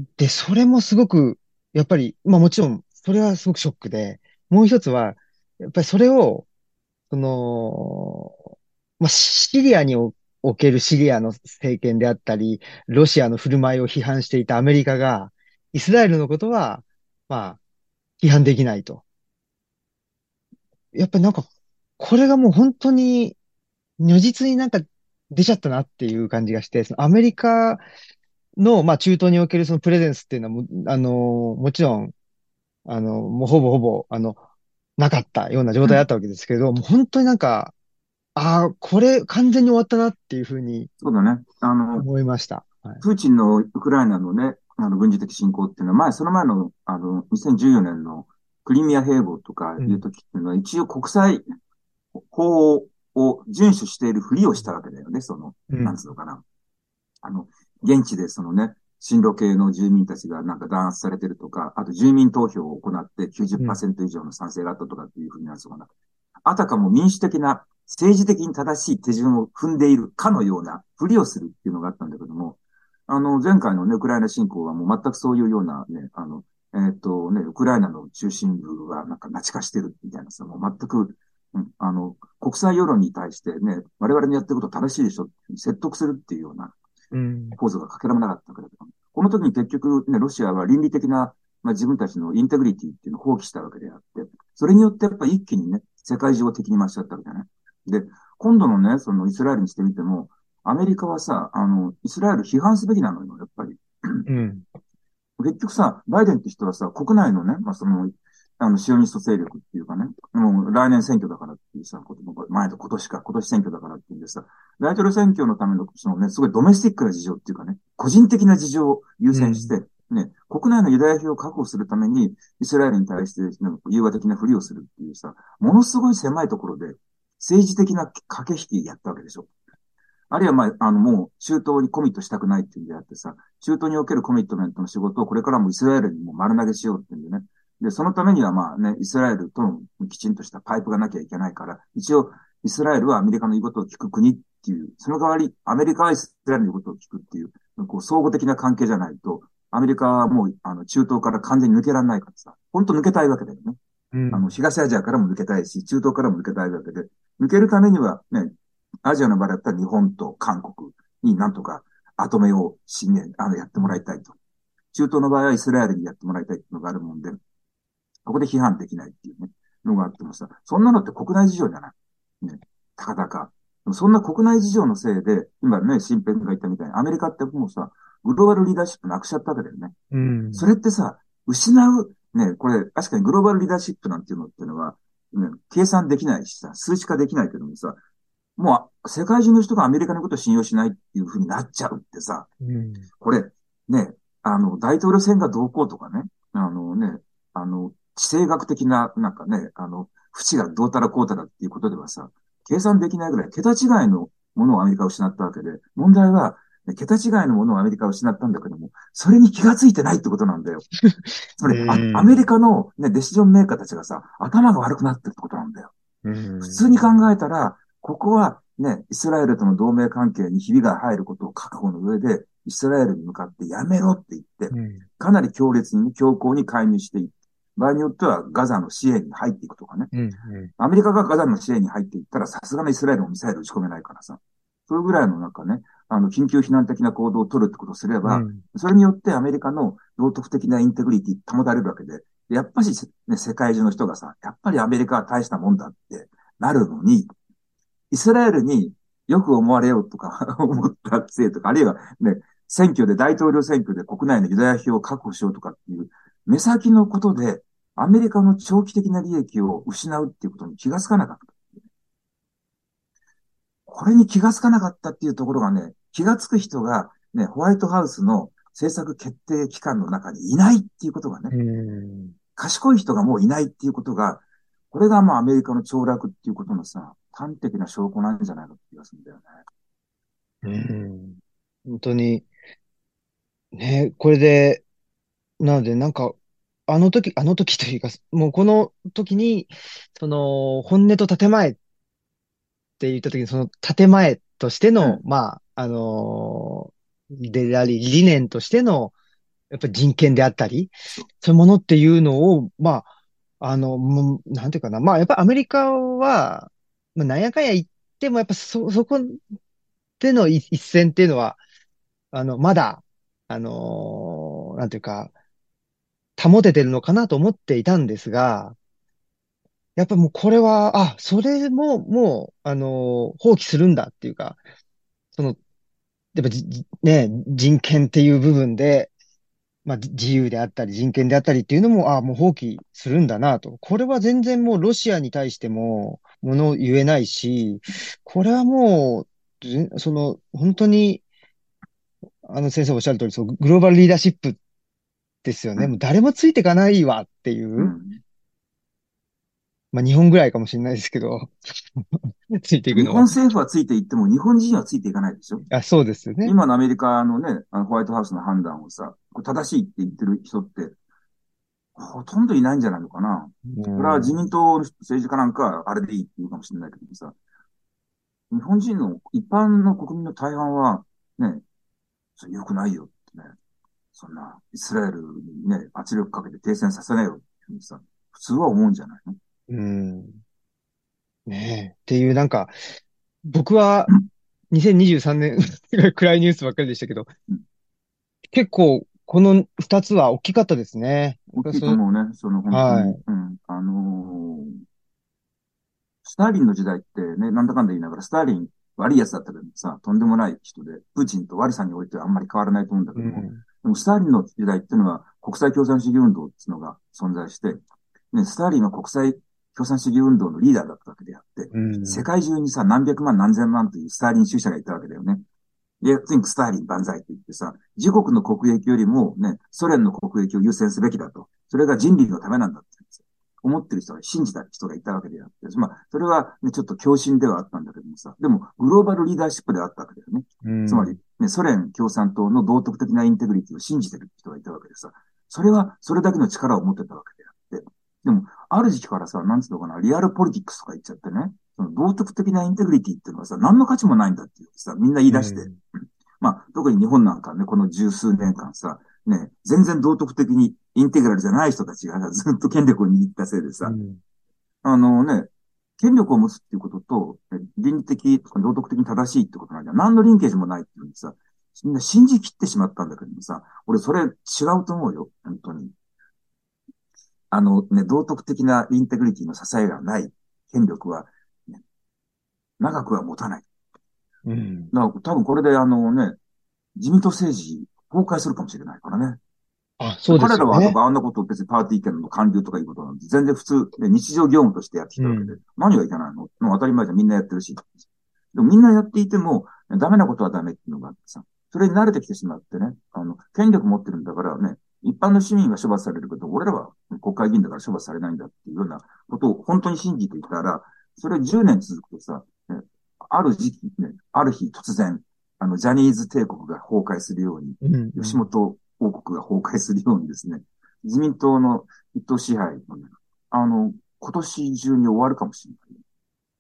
で、それもすごく、やっぱり、まあもちろん、それはすごくショックで、もう一つは、やっぱりそれを、その、まあ、シリアにおけるシリアの政権であったり、ロシアの振る舞いを批判していたアメリカが、イスラエルのことは、まあ、批判できないと。やっぱりなんか、これがもう本当に、如実になんか出ちゃったなっていう感じがして、そのアメリカの、まあ、中東におけるそのプレゼンスっていうのはも、もちろん、もうほぼほぼ、なかったような状うん。 態だったわけですけど、もう本当になんか、ああ、これ完全に終わったなっていうふうにそうだね。 思いました。はい。 プーチンのウクライナのね、軍事的侵攻っていうのは、その前の、2014年のクリミア併合とかいううん。 時っていうのは、一応国際法を遵守しているふりをしたわけだよね。なんうん。 つうのかな。あの、現地でそのね、親ロ系の住民たちがなんか弾圧されてるとか、あと住民投票を行ってうん。 90%以上の賛成があったとかっていうふうになるそうな。あたかも民主的な政治的に正しい手順を踏んでいるかのようなふりをするっていうのがあったんだけども、前回のね、ウクライナ侵攻はもう全くそういうようなね、ウクライナの中心部はなんかナチ化してるみたいなさ、もう全く、国際世論に対してね、我々のやってること正しいでしょって説得するっていうようなうん。 構図がかけらもなかったわけだけど、この時に結局ね、ロシアは倫理的な、自分たちのインテグリティっていうのを放棄したわけであって、それによってやっぱり一気にね、世界中を敵に回しちゃったわけだね。で、今度のね、そのイスラエルにしてみても、アメリカはさ、イスラエル批判すべきなのよ、やっぱり。 うん。 結局さ、バイデンって人はさ、国内のね、シオニスト勢力っていうかね、もう来年選挙だからっていうさ、今年選挙だからっていうんでさ、大統領選挙のための、そのね、すごいドメスティックな事情っていうかね、個人的な事情を優うん。 先して、ね、国内のユダヤ票を確保するために、イスラエルに対して、融和的なふりをするっていうさ、ものすごい狭いところで、政治的な駆け引きやったわけでしょ。あるいは、もう、中東にコミットしたくないっていうんであってさ、中東におけるコミットメントの仕事をこれからもイスラエルにも丸投げしようっていうんでね。で、そのためにはまあね、イスラエルとのきちんとしたパイプがなきゃいけないから、一応、イスラエルはアメリカの言うことを聞く国っていう、その代わり、アメリカはイスラエルの言うことを聞くっていう、こう、相互的な関係じゃないと、アメリカはもう、中東から完全に抜けられないからさ、本当抜けたいわけだよね。 うん。 東アジアからも抜けたいし、中東からも抜けたいわけで、抜けるためにはね、アジアの場合だったら日本と韓国になんとか後目を締め、やってもらいたいと。中東の場合はイスラエルにやってもらいたいっていうのがあるもんで、ここで批判できないっていうね、のがあってもさ、そんなのって国内事情じゃない。ね、たかだか。そんな国内事情のせいで、今ね、新平が言ったみたいに、アメリカってもうさ、グローバルリーダーシップなくしちゃったわけだよね。 うん。 それってさ、失う、ね、これ、確かにグローバルリーダーシップなんていうのっていうのは、ね、計算できないしさ、数値化できないけどもさ、もう世界中の人がアメリカのことを信用しないっていう風になっちゃうってさ、 うん。 これ、ね、大統領選がどうこうとかね、地政学的な、なんかね、縁がどうたらこうたらっていうことではさ、計算できないぐらい桁違いのものをアメリカは失ったわけで、問題は、桁違いのものをアメリカは失ったんだけども、それに気がついてないってことなんだよ。つまうり、アメん。 リカのね、デシジョンメーカーたちがさ、頭が悪くなってるってことなんだよ。 う普通に考ん。 えたら、ここはね、イスラエルとの同盟関係にひびが入ることを覚悟の上で、イスラエルに向かってやめろって言って、 うん。 かなり強烈に、強硬に介入していって、場合によってはガザの支援に入っていくとかね。 うん。 アメリカがガザの支援に入っていったら、さすがのイスラエルもミサイル撃ち込めないからさ。 それぐらいのなんかね、緊急避難的な行動を取るってことをすれば、 うん。 それによってアメリカの道徳的なインテグリティ保たれるわけで、でやっぱり、ね、世界中の人がさ、やっぱりアメリカは大したもんだってなるのに、イスラエルによく思われようとか思ったせいとか、あるいはね、選挙で、大統領選挙で国内のユダヤ票を確保しようとかっていう、目先のことで、アメリカの長期的な利益を失うっていうことに気がつかなかった。これに気がつかなかったっていうところがね、気がつく人がね、ホワイトハウスの政策決定機関の中にいないっていうことがね、 うん。 賢い人がもういないっていうことが、これがまあアメリカの凋落っていうことのさ、端的な証拠なんじゃないかって気がするんだよね。 うん。本当に、ね、これで、なので、なんか、あの時というか、もうこの時に、本音と建前って言った時に、その建前としての、 うん。 まあ、であり、理念としての、やっぱり人権であったり、 そう。 そういうものっていうのを、まあ、もうなんていうかな、まあ、やっぱアメリカは、まあ、なんやかんや言っても、やっぱそこでの一線っていうのは、まだ、なんていうか、保ててるのかなと思っていたんですが、やっぱもうこれは、それももう、放棄するんだっていうか、その、やっぱね、人権っていう部分で、まあ、自由であったり人権であったりっていうのも、もう放棄するんだなと。これは全然もうロシアに対しても物を言えないし、これはもう、本当に、先生おっしゃる通り、グローバルリーダーシップですよね。もううん。 誰もついていかないわっていう。 うん。 まあ、日本ぐらいかもしれないですけど、ついていく日のは。 本政府はついていっても日本人はついていかないでしょ。 そうですよね。 今のアメリカのね、ホワイトハウスの判断をさ、正しいって言ってる人ってほとんどいないんじゃないのかな。 うそれは自ん。 民党の政治家なんかあれでいいって言うかもしれないけどさ、日本人の一般の国民の大半はね、それ良くないよってね、そんなイスラエルにね、圧力かけて停戦させないよっていうふうにさ、普通は思うんじゃないの？ うん。ねえ。っていう、なんか、僕は2023年暗いニュースばっかりでしたけど、 うん。 結構、この二つは大きかったですね。 大きいと思うね。その本当に。 はい。 うん。スターリンの時代ってね、なんだかんだ言いながら、スターリン悪い奴だったけどさ、とんでもない人で、プーチンと悪さにおいてはあんまり変わらないと思うんだけども、 うん。 でもスターリンの時代っていうのは国際共産主義運動っていうのが存在して、ね、スターリンは国際共産主義運動のリーダーだったわけであって、 うん。 世界中にさ、何百万何千万というスターリン支持者がいたわけだよね。で、think スターリン万歳って言ってさ、自国の国益よりもね、ソ連の国益を優先すべきだと。それが人類のためなんだって思ってる人が、信じた人がいたわけであって、まあ、それはね、ちょっと狂信ではあったんだけどもさ、でも、グローバルリーダーシップであったわけだよね。 うん。 つまり、ね、ソ連共産党の道徳的なインテグリティを信じてる人がいたわけでさ、それは、それだけの力を持ってたわけであって、でも、ある時期からさ、なんつうのかな、リアルポリティックスとか言っちゃってね、その道徳的なインテグリティっていうのはさ、何の価値もないんだっていうさ、みんな言い出して、 うん。 まあ、特に日本なんかね、この十数年間さ、ね、全然道徳的にインテグラルじゃない人たちがずっと権力を握ったせいでさ、 うん。 ね、権力を持つっていうことと、倫理的、道徳的に正しいってことなんじゃ、何のリンケージもないっていうにさ、みんな信じきってしまったんだけどもさ、俺それ違うと思うよ、本当に。道徳的なインテグリティの支えがない権力は、ね、長くは持たない。 うん。 だから多分これで自民党政治崩壊するかもしれないからね。 そうで彼らは、とすよね。 か、あんなことを別にパーティー券の官僚とかいうことなんて、全然普通、ね、日常業務としてやってきたわけで、 うん。 何がいけないのもう当たり前じゃん、みんなやってるし。でもみんなやっていても、ダメなことはダメっていうのがあってさ、それに慣れてきてしまってね、権力持ってるんだからね、一般の市民は処罰されるけど、俺らは国会議員だから処罰されないんだっていうようなことを本当に信じていたら、それ10年続くとさ、ね、ある時期ね、ある日突然、ジャニーズ帝国が崩壊するように、 うん。うん。 吉本王国が崩壊するようにですね、自民党の一党支配もね、今年中に終わるかもしれない。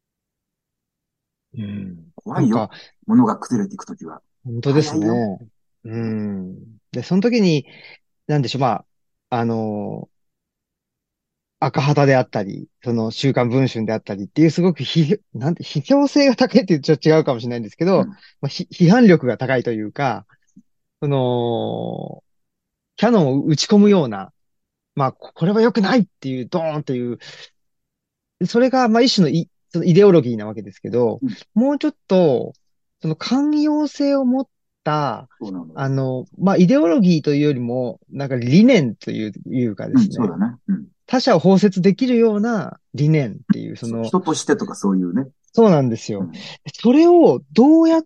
うん。 怖いよ。 なんか、 物が崩れていくときは。 本当ですね。 早いよ。 うん。で、その時に、なんでしょう、まあ、あの、 赤旗であったり、その週刊文春であったりっていうすごくなんて、批評性が高いって言うとちょっと違うかもしれないんですけど、 うん。 まあ、批判力が高いというか、その、キャノンを打ち込むような、まあ、これは良くないっていう、ドーンっていう、それが、まあ、一種のそのイデオロギーなわけですけど、 うん。 もうちょっと、その寛容性を持った、 そうなのよ。 まあ、イデオロギーというよりも、なんか理念というかでうん、 すね、 そうだね。うん。 他者を包摂できるような理念っていう、そそう、 の、 人としてとかそういうね。 そうなんですよ。 うん。 それをどうやって、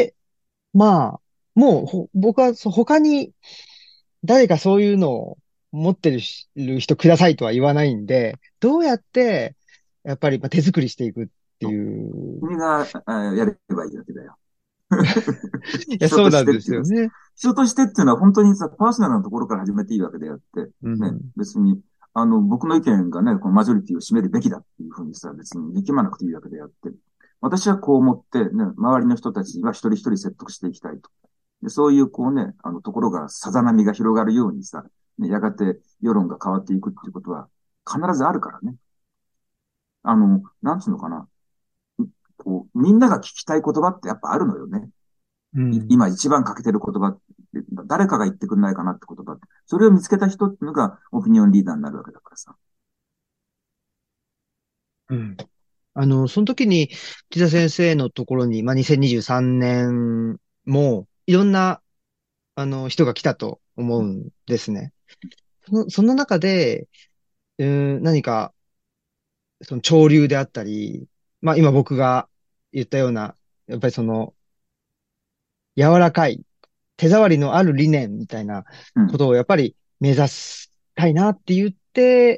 まあ、もう僕は他に誰かそういうのを持ってる人くださいとは言わないんで、どうやって、やっぱりまあ手作りしていくってそう。 いう。 君がやればいいわけだよ。 いや、 人としそうなんてっていうのは、 ですよね。 人としてっていうのは本当にさ、パーソナルなところから始めていいわけであって、ね、 うん。 別に、僕の意見がね、このマジョリティを占めるべきだっていうふうにさ、別に力まなくていいわけであって、私はこう思って、ね、周りの人たちは一人一人説得していきたいと。で、そういうこうね、ところが、さざ波が広がるようにさ、ね、やがて世論が変わっていくっていうことは必ずあるからね。なんつうのかな。こう、みんなが聞きたい言葉ってやっぱあるのよね。 うん。 今一番欠けてる言葉って、誰かが言ってくんないかなって言葉って、それを見つけた人っていうのがオピニオンリーダーになるわけだからさ。 うん。その時に、木田先生のところに、まあ、2023年も、いろんな、人が来たと思うんですね。その中で、何か、その潮流であったり、まあ今僕が言ったような、やっぱりその柔らかい、手触りのある理念みたいなうん。 ことをやっぱり目指したいなって言って、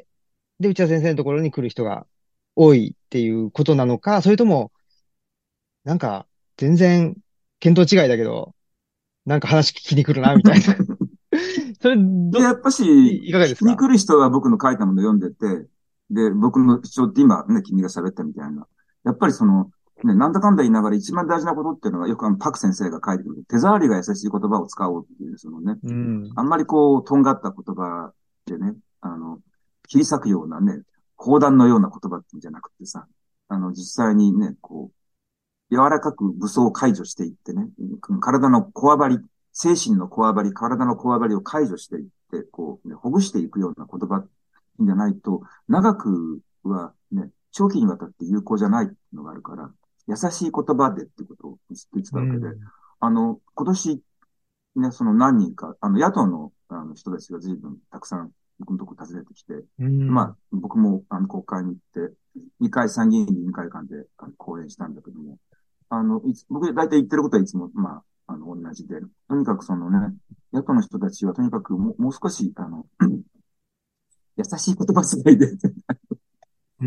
で、内田先生のところに来る人が多いっていうことなのか、それとも、なんか全然見当違いだけど、なんか話聞きに来るな、みたいな。それ、 で、やっぱし、聞いかがですか？ きに来る人は僕の書いたものを読んでて、で、僕の主張って今ね、君が喋ったみたいな。やっぱりその、ね、なんだかんだ言いながら一番大事なことっていうのは、よくパク先生が書いてくる、手触りが優しい言葉を使おうっていう、そのね、 うん。 あんまりこう、とんがった言葉でね、切り裂くようなね、講談のような言葉っていうんじゃなくてさ、実際にね、こう、柔らかく武装を解除していってね、体のこわばり、精神のこわばり、体のこわばりを解除していって、こう、ね、ほぐしていくような言葉じゃないと、長くはね、長期にわたって有効じゃないっていうのがあるから、優しい言葉でっていうことをずっと言ってたわけで、 うん。 今年ね、その何人か、野党の、人たちが随分たくさん僕のところ訪ねてきて、 うん。 まあ、僕も、国会に行って、2回参議院議員会館で、講演したんだけども、僕大体言ってることはいつも、まあ、同じで、とにかくそのね、野党の人たちはとにかくもう少し、優しい言葉遣いでうん。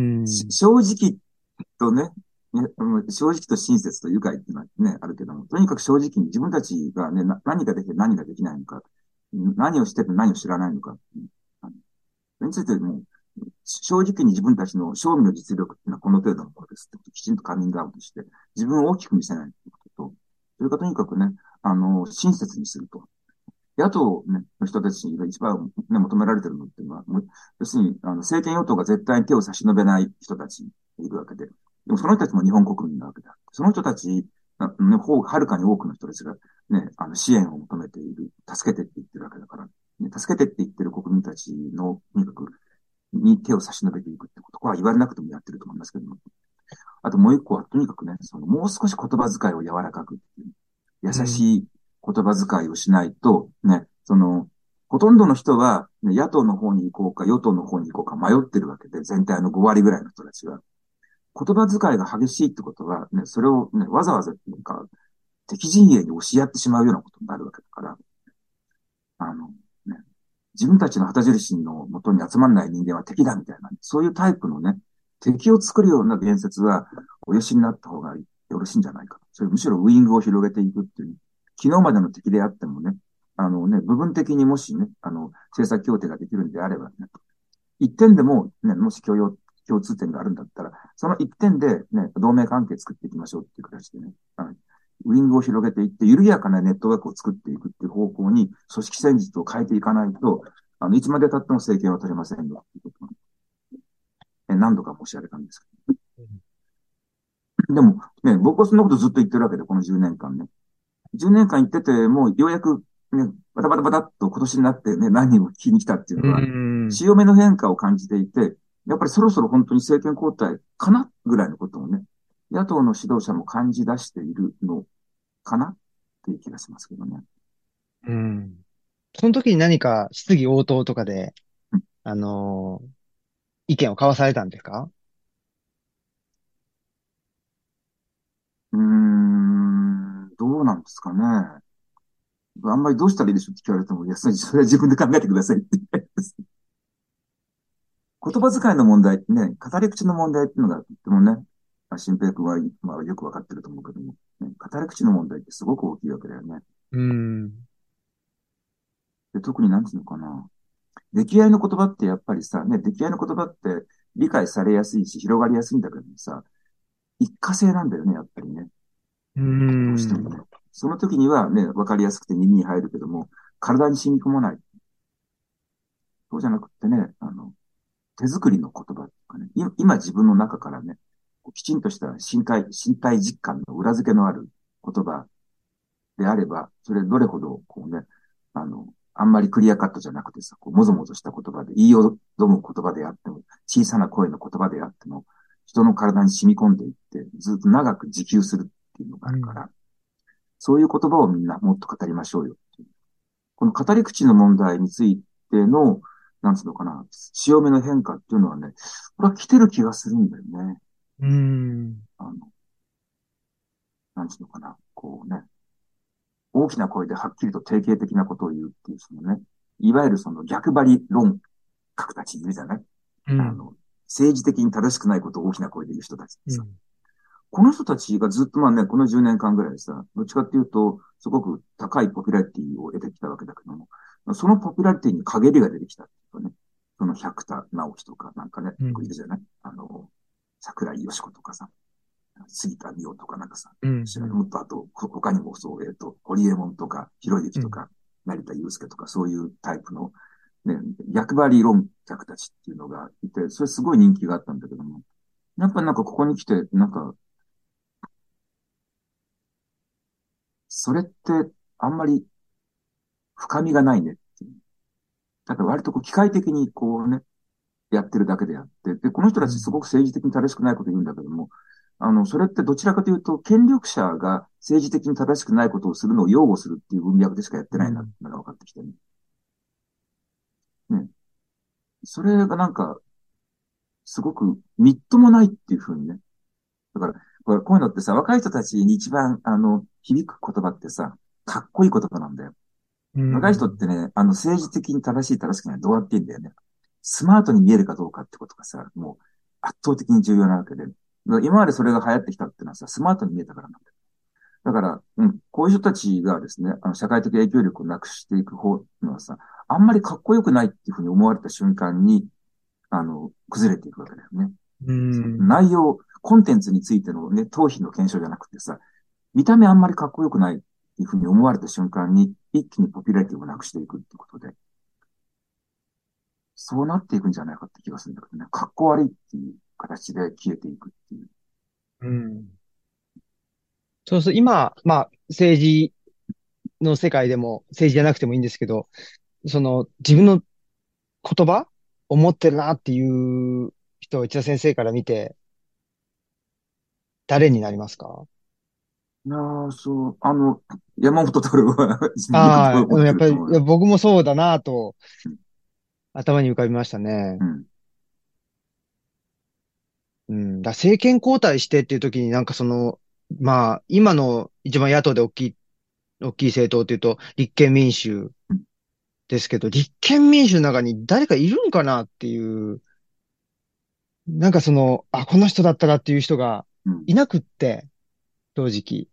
正直とね、正直と親切と愉快っていうのはね、あるけども、とにかく正直に自分たちがね、何ができて何ができないのか、何をしてて何を知らないのか、それについてもう、正直に自分たちの正味の実力っていうのはこの程度のものですってことをきちんとカミングアウトして、自分を大きく見せないということと、それからとにかくね、親切にすると。野党、ね、の人たちが一番、ね、求められてるのっていうのは、要するに、政権与党が絶対に手を差し伸べない人たちがいるわけで、でもその人たちも日本国民なわけだ。その人たちの方、はるかに多くの人たちがね、支援を求めている、助けてって言ってるわけだから、ね、助けてって言ってる国民たちの、とにかく、に手を差し伸べていくってことは言われなくてもやってると思いますけども。あともう一個は、とにかくね、もう少し言葉遣いを柔らかくっていう、優うん。 しい言葉遣いをしないと、ね、ほとんどの人は、ね、野党の方に行こうか、与党の方に行こうか迷ってるわけで、全体の5割ぐらいの人たちは。言葉遣いが激しいってことは、ね、それをね、わざわざ、なんか、敵陣営に押しやってしまうようなことになるわけだから、ね、自分たちの旗印のもとに集まらない人間は敵だみたいな、そういうタイプのね、敵を作るような言説はおよしになった方がよろしいんじゃないか。それむしろウイングを広げていくっていう、昨日までの敵であってもね、部分的にもしね、政策協定ができるんであればね、一点でもね、もし共通点があるんだったら、その一点でね、同盟関係作っていきましょうっていう形でね、ウィングを広げていって、緩やかなネットワークを作っていくっていう方向に、組織戦術を変えていかないと、いつまで経っても政権は取れませんよっていうこと。 何度か申し上げたんですけど。でも、ね、僕はそんなことずっと言ってるわけで、この10年間ね。10年間言ってて、もうようやくね、バタバタバタっと今年になってね、何人も聞きに来たっていううのは、 ん。 潮目の変化を感じていて、やっぱりそろそろ本当に政権交代かなぐらいのことをね、野党の指導者も感じ出しているのかなっていう気がしますけどね。 うん。その時に何か質疑応答とかで、 うん、 あのー意見を交わされたんですか？ どうなんですかね。あんまりどうしたらいいでしょうって聞かれても、いや、それは自分で考えてくださいって言いたいです。言葉遣いの問題ってね、語り口の問題っていうのがとってもね、新平君は、まあ、よくわかってると思うけども、ね、語り口の問題ってすごく大きいわけだよね。 うん。 で、特になんていうのかな。出来合いの言葉ってやっぱりさ、ね、出来合いの言葉って理解されやすいし、広がりやすいんだけどさ、一過性なんだよね、やっぱりね。 うどうしてもん。 ね。その時にはね、わかりやすくて耳に入るけども、体に染み込まない。そうじゃなくってね、手作りの言葉とかね、今自分の中からね、きちんとした身体実感の裏付けのある言葉であれば、それどれほど、こうね、あんまりクリアカットじゃなくてさ、こうもぞもぞした言葉で、言いよどむ言葉であっても、小さな声の言葉であっても、人の体に染み込んでいって、ずっと長く持久するっていうのがあうん。 るから、そういう言葉をみんなもっと語りましょうよっていう。この語り口の問題についての、なんつうのかな、潮目の変化っていうのはね、これは来てる気がするんだよね。 うん。 あの、なんつうのかな、こうね、大きな声ではっきりと定型的なことを言うっていう、そのね、いわゆるその逆張り論客たちいるじゃない。 うん。 政治的に正しくないことを大きな声で言う人たちってさ、 うん。 この人たちがずっとまあね、この10年間ぐらいさ、どっちかっていうと、すごく高いポピュラリティを得てきたわけだけども、そのポピュラリティに陰りが出てきたっていうかね、その百田直樹とかなんかね、 うん。 いるじゃない。桜井よし子とかさ、杉田水脈とかなんかさ、 うん。 知らない。もっとあと、他にもそう、堀江門とか、ひろゆきうん。 とか、成田悠介とか、そういうタイプの、ね、逆張り論客たちっていうのがいて、それすごい人気があったんだけども、やっぱりなんかここに来て、なんか、それってあんまり深みがないねっていう。だから割とこう機械的にこうね、やってるだけであって、で、この人たちすごく政治的に正しくないこと言うんだけども、それってどちらかというと、権力者が政治的に正しくないことをするのを擁護するっていう文脈でしかやってないなってうん。 のが分かってきてね。ね。それがなんか、すごくみっともないっていうふうにね。だから、こういうのってさ、若い人たちに一番、響く言葉ってさ、かっこいい言葉なんだよ。 う若い人ってん。 ね、政治的に正しい正しくないどうやって言うんだよね。スマートに見えるかどうかってことがさ、もう圧倒的に重要なわけで。今までそれが流行ってきたっていうのはさ、スマートに見えたからなんだよ。だから、こういう人たちがですね、社会的影響力をなくしていく方のはさ、あんまりかっこよくないっていうふうに思われた瞬間に、崩れていくわけだよね。 うそのん。 内容、コンテンツについてのね、頭皮の検証じゃなくてさ、見た目あんまりかっこよくないっていうふうに思われた瞬間に、一気にポピュラリティをなくしていくっていうことで、そうなっていくんじゃないかって気がするんだけどね。かっこ悪いっていう形で消えていくっていう。 うん。そうそう、今、まあ、政治の世界でも、政治じゃなくてもいいんですけど、その、自分の言葉を持ってるなっていう人を内田先生から見て、誰になりますか？ いやー、そう、山本太郎は自分の言葉ああ、 を持っやっぱり、いやてると思うよ。 僕もそうだなと、 うん。 頭に浮かびましたね。 うん。 うん。政権交代してっていう時になんかその、まあ、今の一番野党で大きい政党っていうと、立憲民主うん。 ですけど、立憲民主の中に誰かいるんかなっていう、なんかその、あ、この人だったらっていう人がうん。 いなくって、正直、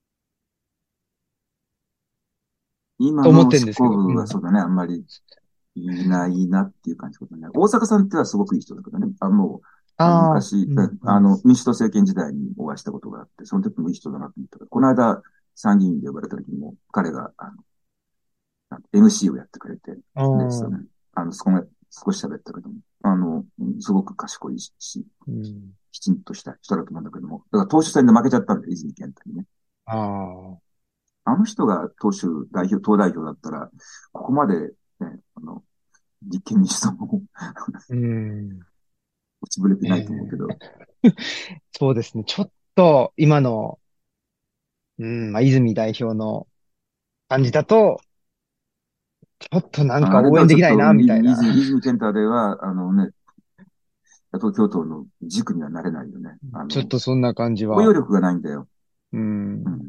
と思っ今の執てるんですけど。 行部うん。 はそうだね、あんまりいないなっていう感じだね。大阪さんってはすごくいい人だけどね。もう、 ああ、 昔、 うん、うん。 民主党政権時代にお会いしたことがあって、その時もいい人だなと思ったけど、この間、参議院で呼ばれた時にも、彼が、MC をやってくれて、 あで、そあ、 の、そこが少し喋ったけども、 すごく賢いし、 うん。 きちんとした人だと思うんだけども。だから党首選で負けちゃったんだよ、泉健太にね。 ああ。 あの人が党代表だったら、ここまで、ね、立憲民主党もうん。 落ちぶれてないと思うけえど、 そうですね。ちょっと、今の、うん、まあ、泉代表の感じだと、ちょっとなんかあれで応援できないな、 はちょっと、 みたいな。 泉健太では、野党共闘の軸にはなれないよね。 ちょっとそんな感じは、 包容力がないんだよ。 うん、 うん。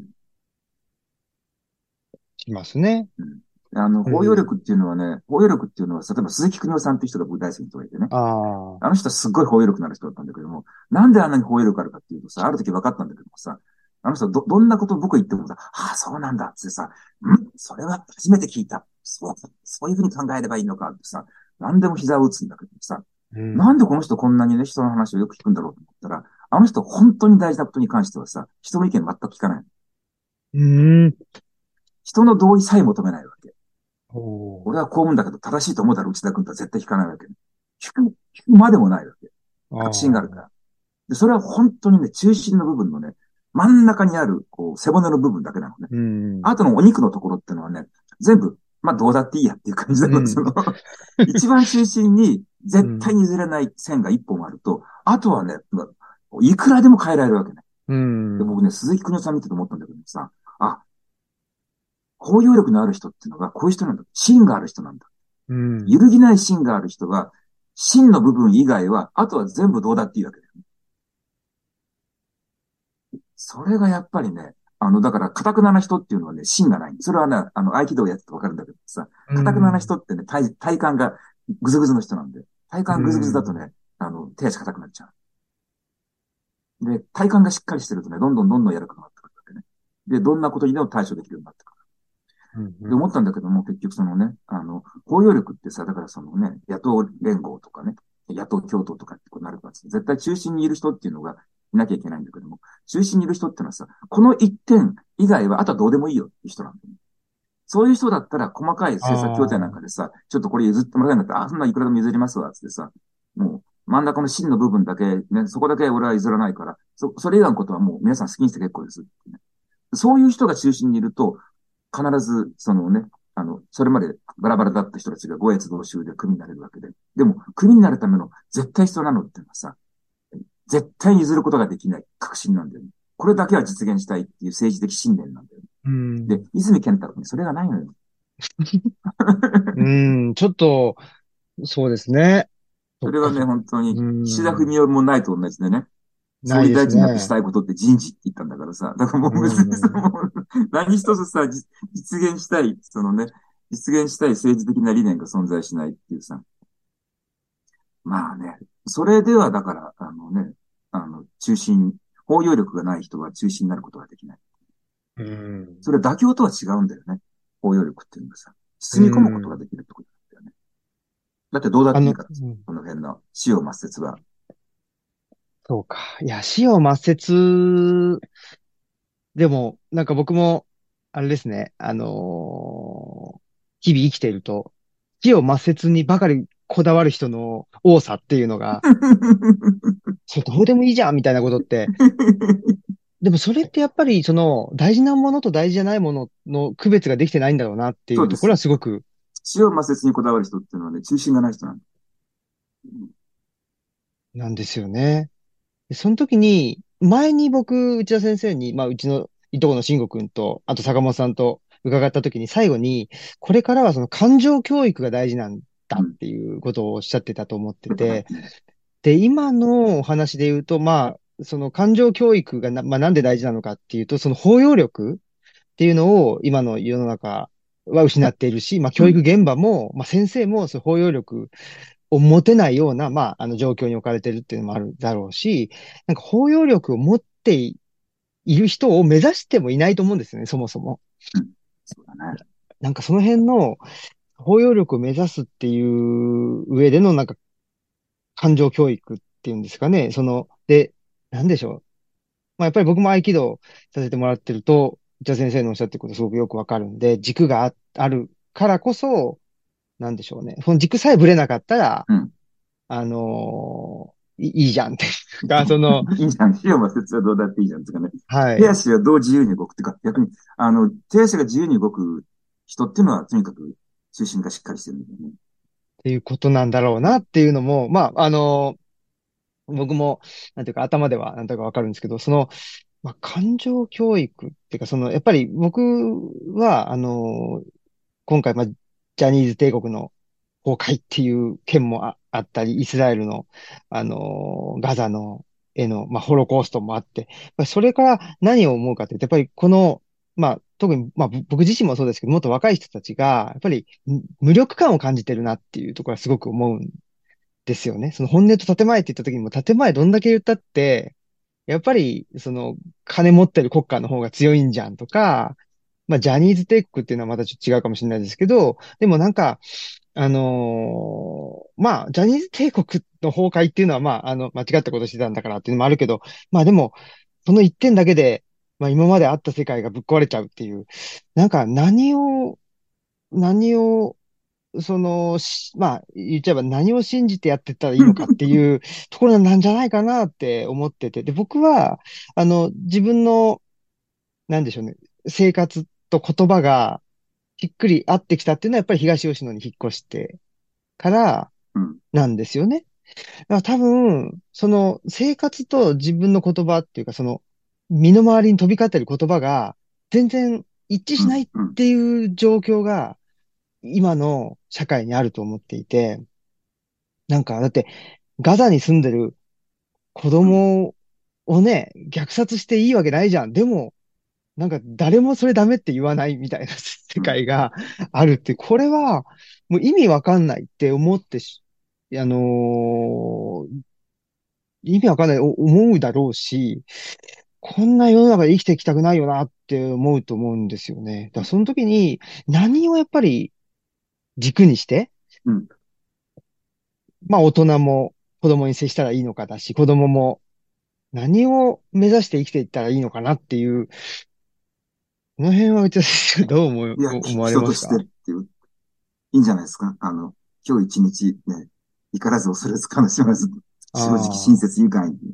しますね。 うん。 うん。 包容力っていうのは、例えば鈴木邦夫さんっていう人が僕大好きな人がいてね。 ああ、 あの人はすっごい包容力のある人だったんだけども、なんであんなに包容力あるかっていうとさ、ある時分かったんだけどもさ、あの人はどんなことを僕言ってもさ、ああ、そうなんだってさ、それは初めて聞いた。そういうふうに考えればいいのかってさ、何でも膝を打つんだけどさ、 うん。 なんでこの人こんなにね、人の話をよく聞くんだろうと思ったら、あの人本当に大事なことに関してはさ、人の意見全く聞かない。 うん。 人の同意さえ求めないわけ。 おー。 俺はこう思うんだけど、正しいと思うだろ、内田君とは絶対聞かないわけ。聞くまでもないわけ。 あ確信があるかあ、 ら。で、それは本当にね、中心の部分のね、真ん中にある、背骨の部分だけなのね。 うん。 あとのお肉のところってのはね、全部、まあどうだっていいやっていう感じだよ。 うん。 一番中心に絶対うん。 に譲れない線が一本あると、あとはね、いくらでも変えられるわけね。 うん。 で僕ね、鈴木邦夫さん見てて思ったんだけどさ、あ、包容力のある人っていうのがこういう人なんだ。芯がある人なんだ。 うん。 揺るぎない芯がある人は、芯の部分以外は、あとは全部どうだっていいわけだよね。それがやっぱりね、だから、堅くなな人っていうのはね、芯がない。それはね、合気道やっててわかるんだけどさ、 う堅くなな人ん。 ってね、体幹がぐずぐずの人なんで、体う幹ぐずぐずだとん。 ね、手足硬くなっちゃう。で、体幹がしっかりしてるとね、どんどん柔らかくなってくるわけね。で、どんなことにでも対処できるようになってくる。 うん。うで、 ん。 思ったんだけども、結局そのね、包容力ってさ、だからそのね、野党連合とかね、野党共闘とかってこうなるか絶対中心にいる人っていうのがいなきゃいけないんだけども、中心にいる人っていうのはさ、この一点以外はあとはどうでもいいよっていう人なんだよね。そういう人だったら細かいあ政策協定なんかあ、 でさ、ちょっとこれ譲ってもらえないんだったら、あ、そんないくらでも譲りますわ、つってさ、もう真ん中の芯の部分だけ、ね、そこだけ俺は譲らないから、それ以外のことはもう皆さん好きにして結構ですってね。そういう人が中心にいると、必ず、そのね、それまでバラバラだった人たちが五越同州で組になれるわけで。でも、組になるための絶対必要なのっていうのはさ、絶対に譲ることができない確信なんだよね。これだけは実現したいっていう政治的信念なんだよね。 うで、 ん。 泉健太郎にそれがないのよ。 うん。ちょっと、そうですね。そっか、 それはね、 そっか。 本当に、 う岸田文ん。 雄もないと同じでね、 ないです総理大臣になってしね。 たいことって人事って言ったんだからさ、だからもうう別にさ、 ん。 もう何一つさ、実現したい、そのね、実現したい政治的な理念が存在しないっていうさ、まあね、それではだから、包容力がない人は中心になることができない。 うん。 それは妥協とは違うんだよね。包容力っていうのはさ、 う包み込むことがん。 できるってことなんだよね。だってどうだっていいから、 うん、 この辺の死を抹殺は。 そうか。いや、死を抹殺、でも、なんか僕も、あれですね、日々生きていると、死を抹殺にばかりこだわる人の多さっていうのが、それどうでもいいじゃんみたいなことって、でもそれってやっぱり、その、大事なものと大事じゃないものの区別ができてないんだろうなっていうところそうです。 はすごく、 死を抹殺にこだわる人っていうのはね、中心がない人なんだ。 なんですよね。でその時に、前に僕、内田先生に、まあ、うちのいとこの慎吾くんと、あと坂本さんと伺った時に、最後に、これからはその感情教育が大事なんだうん。 っていうことをおっしゃってたと思ってやっぱね、 て、で、今のお話で言うと、まあ、その感情教育がまあ、なんで大事なのかっていうと、その包容力っていうのを今の世の中は失っているし、まあ、 うん。 教育現場も、まあ、先生もその包容力を持てないような、まあ、状況に置かれてるっていうのもあるだろうし、なんか包容力を持っている人を目指してもいないと思うんですよね、そもそも。 うん。そうだね。 なんかその辺の包容力を目指すっていう上でのなんか感情教育っていうんですかね。で、なんでしょう。まあ、やっぱり僕も合気道させてもらってると、内田先生のおっしゃってることすごくよくわかるんで、軸があるからこそ、なんでしょうね。その軸さえぶれなかったら、 うん。 いいじゃんっていうか、その、 いいじゃん。費用は節はどうだっていいじゃん。つうかね。手はい。 足はどう自由に動くっていうか、逆に、手足が自由に動く人っていうのは、とにかく、中心がしっかりしてるんだよね。 っていうことなんだろうなっていうのも、まあ、僕も、なんていうか頭ではなんとなくわかるんですけど、その、まあ、感情教育っていうか、その、やっぱり僕は、今回、まあ、ジャニーズ帝国の崩壊っていう件もあったり、イスラエルの、ガザのまあ、ホロコーストもあって、まあそれから何を思うかっていうと、やっぱりこの、まあ、特に、まあ、僕自身もそうですけど、もっと若い人たちが、やっぱり無力感を感じてるなっていうところはすごく思うんですよね。その本音と建前って言った時にも、建前どんだけ言ったって、やっぱり、その、金持ってる国家の方が強いんじゃんとか、まあ、ジャニーズ帝国っていうのはまたちょっと違うかもしれないですけど、でもなんか、まあ、ジャニーズ帝国の崩壊っていうのは、まあ、間違ったことしてたんだからっていうのもあるけど、まあでも、その一点だけで、まあ今まであった世界がぶっ壊れちゃうっていう、なんか何を、まあ、言っちゃえば何を信じてやってったらいいのかっていうところなんじゃないかなって思ってて。で、僕は、自分の、なんでしょうね、生活と言葉がしっくり合ってきたっていうのはやっぱり東吉野に引っ越してからうん。 なんですよね。だから多分、その生活と自分の言葉っていうか、その身の回りに飛び交ってる言葉が全然一致うん。 しないっうん。 ていう状況が今の社会にあると思っていて、なんか、だって、ガザに住んでる子うん。 供をね、虐殺していいわけないじゃん。でも、なんか誰もそれダメって言わないみたいな世うん。 界があるって、これはもう意味わかんないって思ってあのー意味わかんない、思うだろうし、こんな世の中で生きていきたくないよなって思うと思うんですよね。だからその時に何をやっぱり軸にして、 うん。 まあ大人も子供に接したらいいのかだし、子供も何を目指して生きていったらいいのかなっていう、この辺は内田先生どういや、 思われ人としてっますか？ ていう、いいんじゃないですか。今日一日ね、怒らず恐れず悲しまず、正直親ああ切愉快に。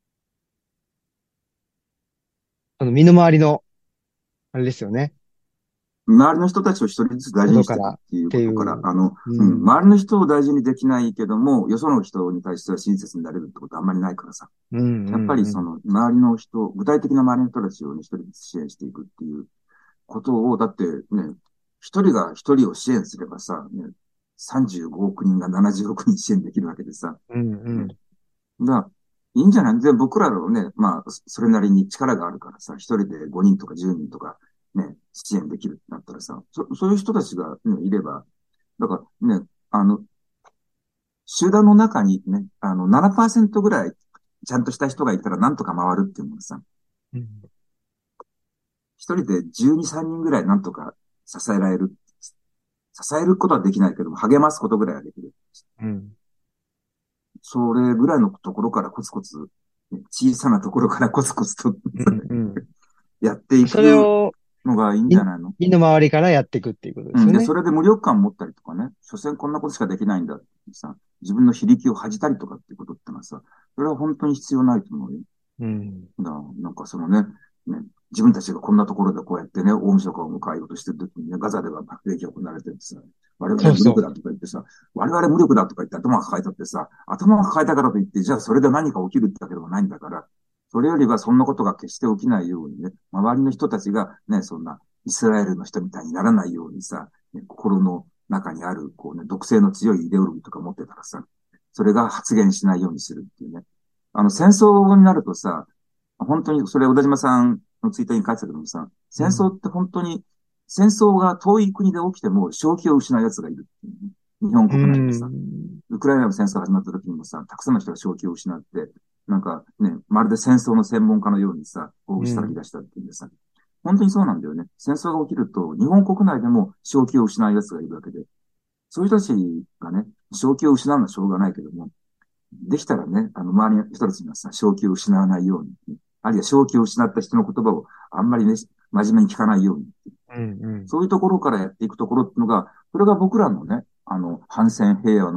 身の回りの、あれですよね。 周りの人たちを一人ずつ大事にしていくっことからっていうことから、 ていう。う周ん。 りの人を大事にできないけども、よその人に対しては親切になれるってことはあんまりないからさ。 うん、 やっぱうん、うん。 りその周りの人、具体的な周りの人たちをね、一人ずつ支援していくっていうことを、だってね、一人が一人を支援すればさ、ね、35億人が70億人支援できるわけでさ、 うん、うね。 ん。 だからいいんじゃないで、僕らのね、まあ、それなりに力があるからさ、一人で5人とか10人とかね、支援できるってなったらさ、そういう人たちがね、いれば、だからね、集団の中にね、7%ぐらいちゃんとした人がいたらなんとか回るっていうのがさ、 うん、 一人で12、3人ぐらいなんとか支えられる。支えることはできないけども、励ますことぐらいはできる。 うん、 それぐらいのところからコツコツ、ね、小さなところからコツコツとうん。うんやっていそれくを、 のがいいんじゃないの？ 身の回りからやっていくっていうことでうん。で、 すよね。 それで無力感持ったりとかね、所詮こんなことしかできないんだってさ、自分の非力を恥じたりとかっていうことってのはさ、それは本当に必要ないと思うよ。 うん。 なんかそのね、自分たちがこんなところでこうやってね、大晦日を迎えようとしてる時にね、ガザでは爆撃が行われててさ、我々 そうそ無力だとか言ってさ、我々無力だとか言って頭が抱えたってさ、頭が抱えたからといって、じゃあそれで何か起きるってわけでもないんだから、それよりはそんなことが決して起きないようにね、周りの人たちがね、そんなイスラエルの人みたいにならないようにさ、ね、心の中にある、こうね、毒性の強いイデオロギーとか持ってたらさ、それが発言しないようにするっていうね。戦争になるとさ、本当に、それ小田島さんのツイッターに書いてたけどもさ、 う。うん。 戦争って本当に、戦争が遠い国で起きても正気を失う奴がいるっていうね。日本う国内でさ、 ん。 ウクライナの戦争が始まった時にもさ、たくさんの人が正気を失って、なんかね、まるで戦争の専門家のようにさ、抗議したらきうん。 出したっていうんでさ、本当にそうなんだよね。戦争が起きると、日本国内でも正気を失う奴がいるわけで、そういう人たちがね、正気を失うのはしょうがないけども、できたらね、周りの人たちにはさ、正気を失わないように、ね、あるいは正気を失った人の言葉をあんまりね、真面目に聞かないように、 うん。うん。 そういうところからやっていくところっていうのが、それが僕らのね、反戦平和の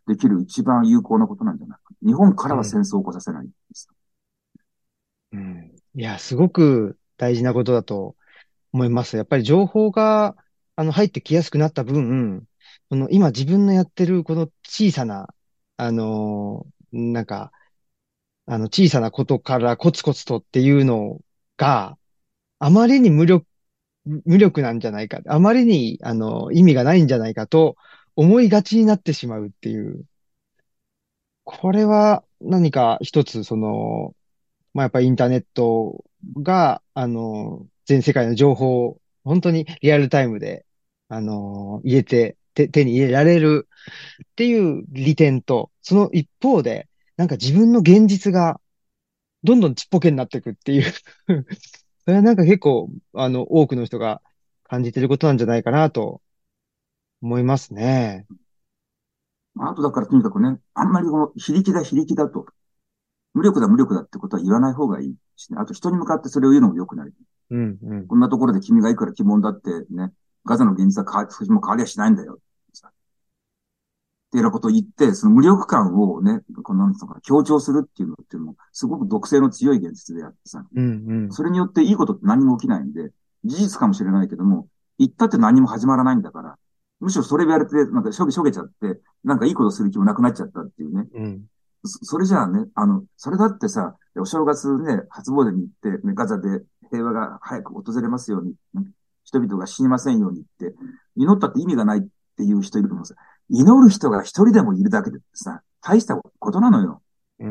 できる一番有効なことなんじゃないか。日本からうん。 は戦争を起こさせないです。 うん。いや、すごく大事なことだと思います。やっぱり情報が、入ってきやすくなった分、今自分のやってるこの小さな、なんか、小さなことからコツコツとっていうのがあまりに無力なんじゃないか。あまりに、意味がないんじゃないかと思いがちになってしまうっていう。これは何か一つ、まあ、やっぱりインターネットが、全世界の情報を本当にリアルタイムで、入れて、手に入れられるっていう利点と、その一方で、なんか自分の現実がどんどんちっぽけになっていくっていうそれはなんか結構、多くの人が感じてることなんじゃないかなと思いますね。 あとだからとにかくね、あんまりこの非力だと、無力だってことは言わない方がいいしね。あと人に向かってそれを言うのも良くない。 うん、うん、 こんなところで君がいくら疑問だってね、ガザの現実は変わりはしないんだよ。っていうようなことを言って、その無力感をね、このなんとか強調するっていうのも、すごく毒性の強い現実であってさ、 うん、うん、 それによっていいことって何も起きないんで、事実かもしれないけども、言ったって何も始まらないんだから、むしろそれやれて、なんかしょげちゃって、なんかいいことする気もなくなっちゃったっていうね。 うん、 それじゃあね、それだってさ、お正月ね、初詣に行って、ね、ガザで平和が早く訪れますように、ね、人々が死にませんようにって、祈ったって意味がないっていう人いると思うんですよ。祈る人が一人でもいるだけでさ、大したことなのよ。 うん、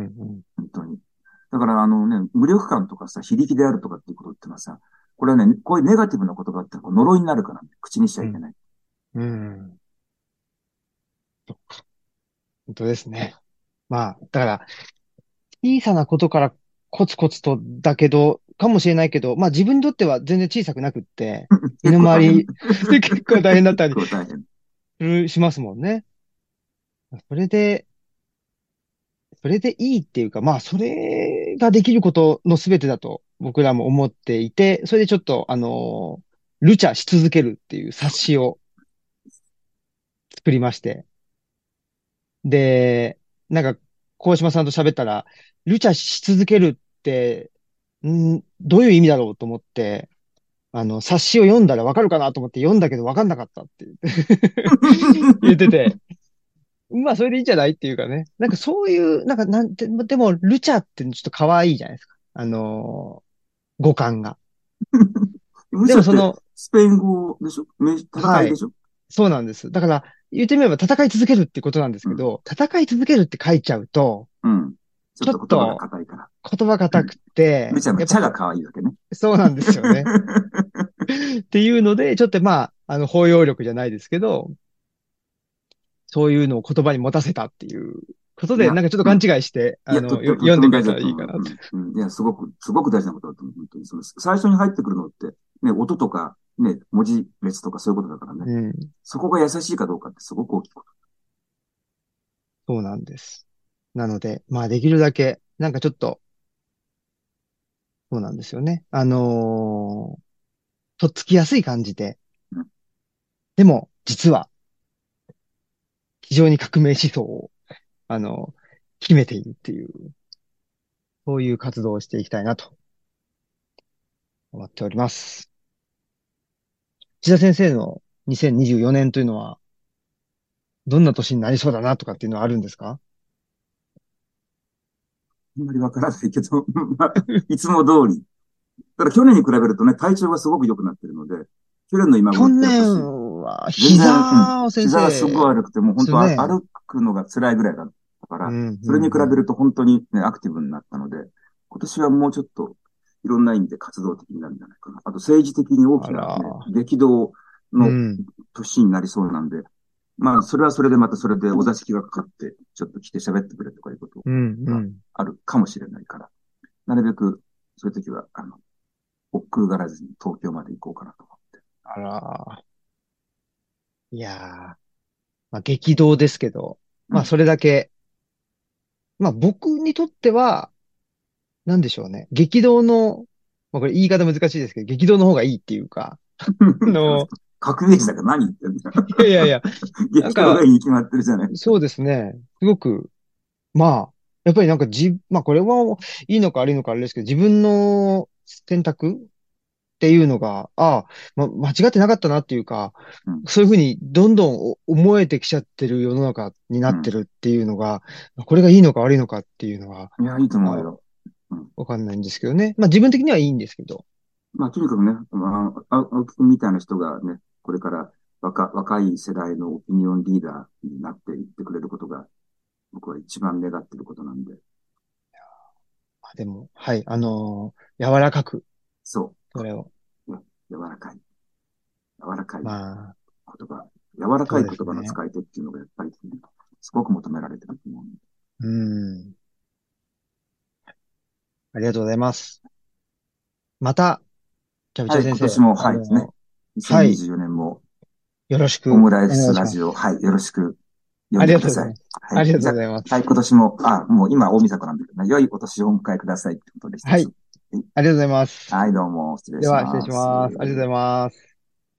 本当に。だから無力感とかさ、非力であるとかっていうことってのはさ、これはね、こういうネガティブな言葉って呪いになるから、ね、口にしちゃうん、 いけない。 うん。本当ですね。まあ、だから、小さなことからコツコツとだけど、かもしれないけど、まあ自分にとっては全然小さくなくって、身結構大変。 の回り結構大変だったり結構大変。 しますもんね。それで、それでいいっていうか、まあそれができることの全てだと僕らも思っていて、それでちょっと、ルチャし続けるっていう冊子を作りまして、で、なんか、鴻島さんと喋ったら、ルチャし続けるって、どういう意味だろうと思って、冊子を読んだらわかるかなと思って読んだけどわかんなかったって言ってて、まあ、それでいいんじゃないっていうかね。なんかそういう、なんかでも、ルチャってちょっと可愛いじゃないですか。語感が。 ルチャってでもスペイン語でしょ戦はい。 いでしょ？ そうなんです。だから、言ってみれば戦い続けるってことなんですうん。 けど、戦い続けるって書いちゃうと、 うん。ちょっちょっと言葉がと硬いから。 言葉硬くて、 ルチャのやっぱ茶が可愛いわけね。 そうなんですよね。っていうので、ちょっとまあ、包容力じゃないですけど、そういうのを言葉に持たせたっていうことで、 いや、 なんかちょっと勘うん。 違いして、 いや、とっても大読んでくれた事だと思う。 らいいかなって。 いや、すごく大事なことだと思う。本当に。最初に入ってくるのって、ね、音とか、ね、文字列とかそういうことだからね。 うん。 そこが優しいかどうかってすごく大きいこそうなんです。なので、まあできるだけ、なんかちょっと、そうなんですよね。とっつきやすい感じで、 と。うん。 でも、実は、非常に革命思想を、あの、秘めているっていう、そういう活動をしていきたいなと思っております。千田先生の2024年というのは、どんな年になりそうだなとかっていうのはあるんですか？ あんまりわからないけど、まあ、いつも通り。ただ去年に比べるとね、体調がすごく良くなってるので、去年の今去頃って私、 年は全然、うん。 膝を先膝がすごい生悪くて、もうで本当すね。 歩くのが辛いぐらいだったから、 うん、うそれに比べん、うん。 ると本当にね、アクティブになったので、今年はもうちょっといろんな意味で活動的になるんじゃないかな。あと政治的に大あきなね、 ら、 激動のうん、 年になりそうなんで、まあ、それはそれでまたそれでお座敷がかかって、ちょっと来て喋ってくれとかいうことうん、うがん。 あるかもしれないから、なるべくそういう時は、億劫がらずに東京まで行こうかなと思って。 あら、いやー、まあ激動ですけど、 うん。 まあそれだけ、まあ僕にとっては、なんでしょうね。激動の、まあこれ言い方難しいですけど、激動の方がいいっていうか、あの、 革命児だから何言ってんだよ。 いやいやいや、なん激動がか、 いいに決まってるじゃない。 そうですね。すごく、まあ、やっぱりなんかまあこれはいいのか悪いのかあれですけど、自分の選択っていうのが、間違ってなかったなっていうか、 うん。 そういうふうにどんどん思えてきちゃってる世の中になうん。 ってるっていうのが、これがいいのか悪いのかっていうのは、 いや、いいと思うあ、 よ。うん。 わかんないんですけどね。まあ自分的にはいいんですけど。 まあ、とにかくね、青木くんみたいな人がね、これから若い世代のオピニオンリーダーになっていってくれることが、僕は一番願ってることなんで、 まあでも、はい、柔らかく、 そそれを、 う。ね、柔らかい。柔らかい言まあ、 葉。柔らかそうい言葉のですね。 使い手っていうのがやっぱり、ね、すごく求められてると思う。 うん。ありがとうございます。また、じゃあ、内はい、 田先生、 今年も、はい、ね。 はい、 2024年もよろしくオムライお願いしスラジオ、 ます。 はい、よろしく読ありんでください。 がとうございます。 はい。 ありがとうごじゃはい、 ざいます。 今年も、もう今大晦日なんだけどね、良いお年をお迎えくださいってことで一つ。 はい、ありがとうございます。 はい、どうも、失礼では、失礼します。 します。ありがとうございます。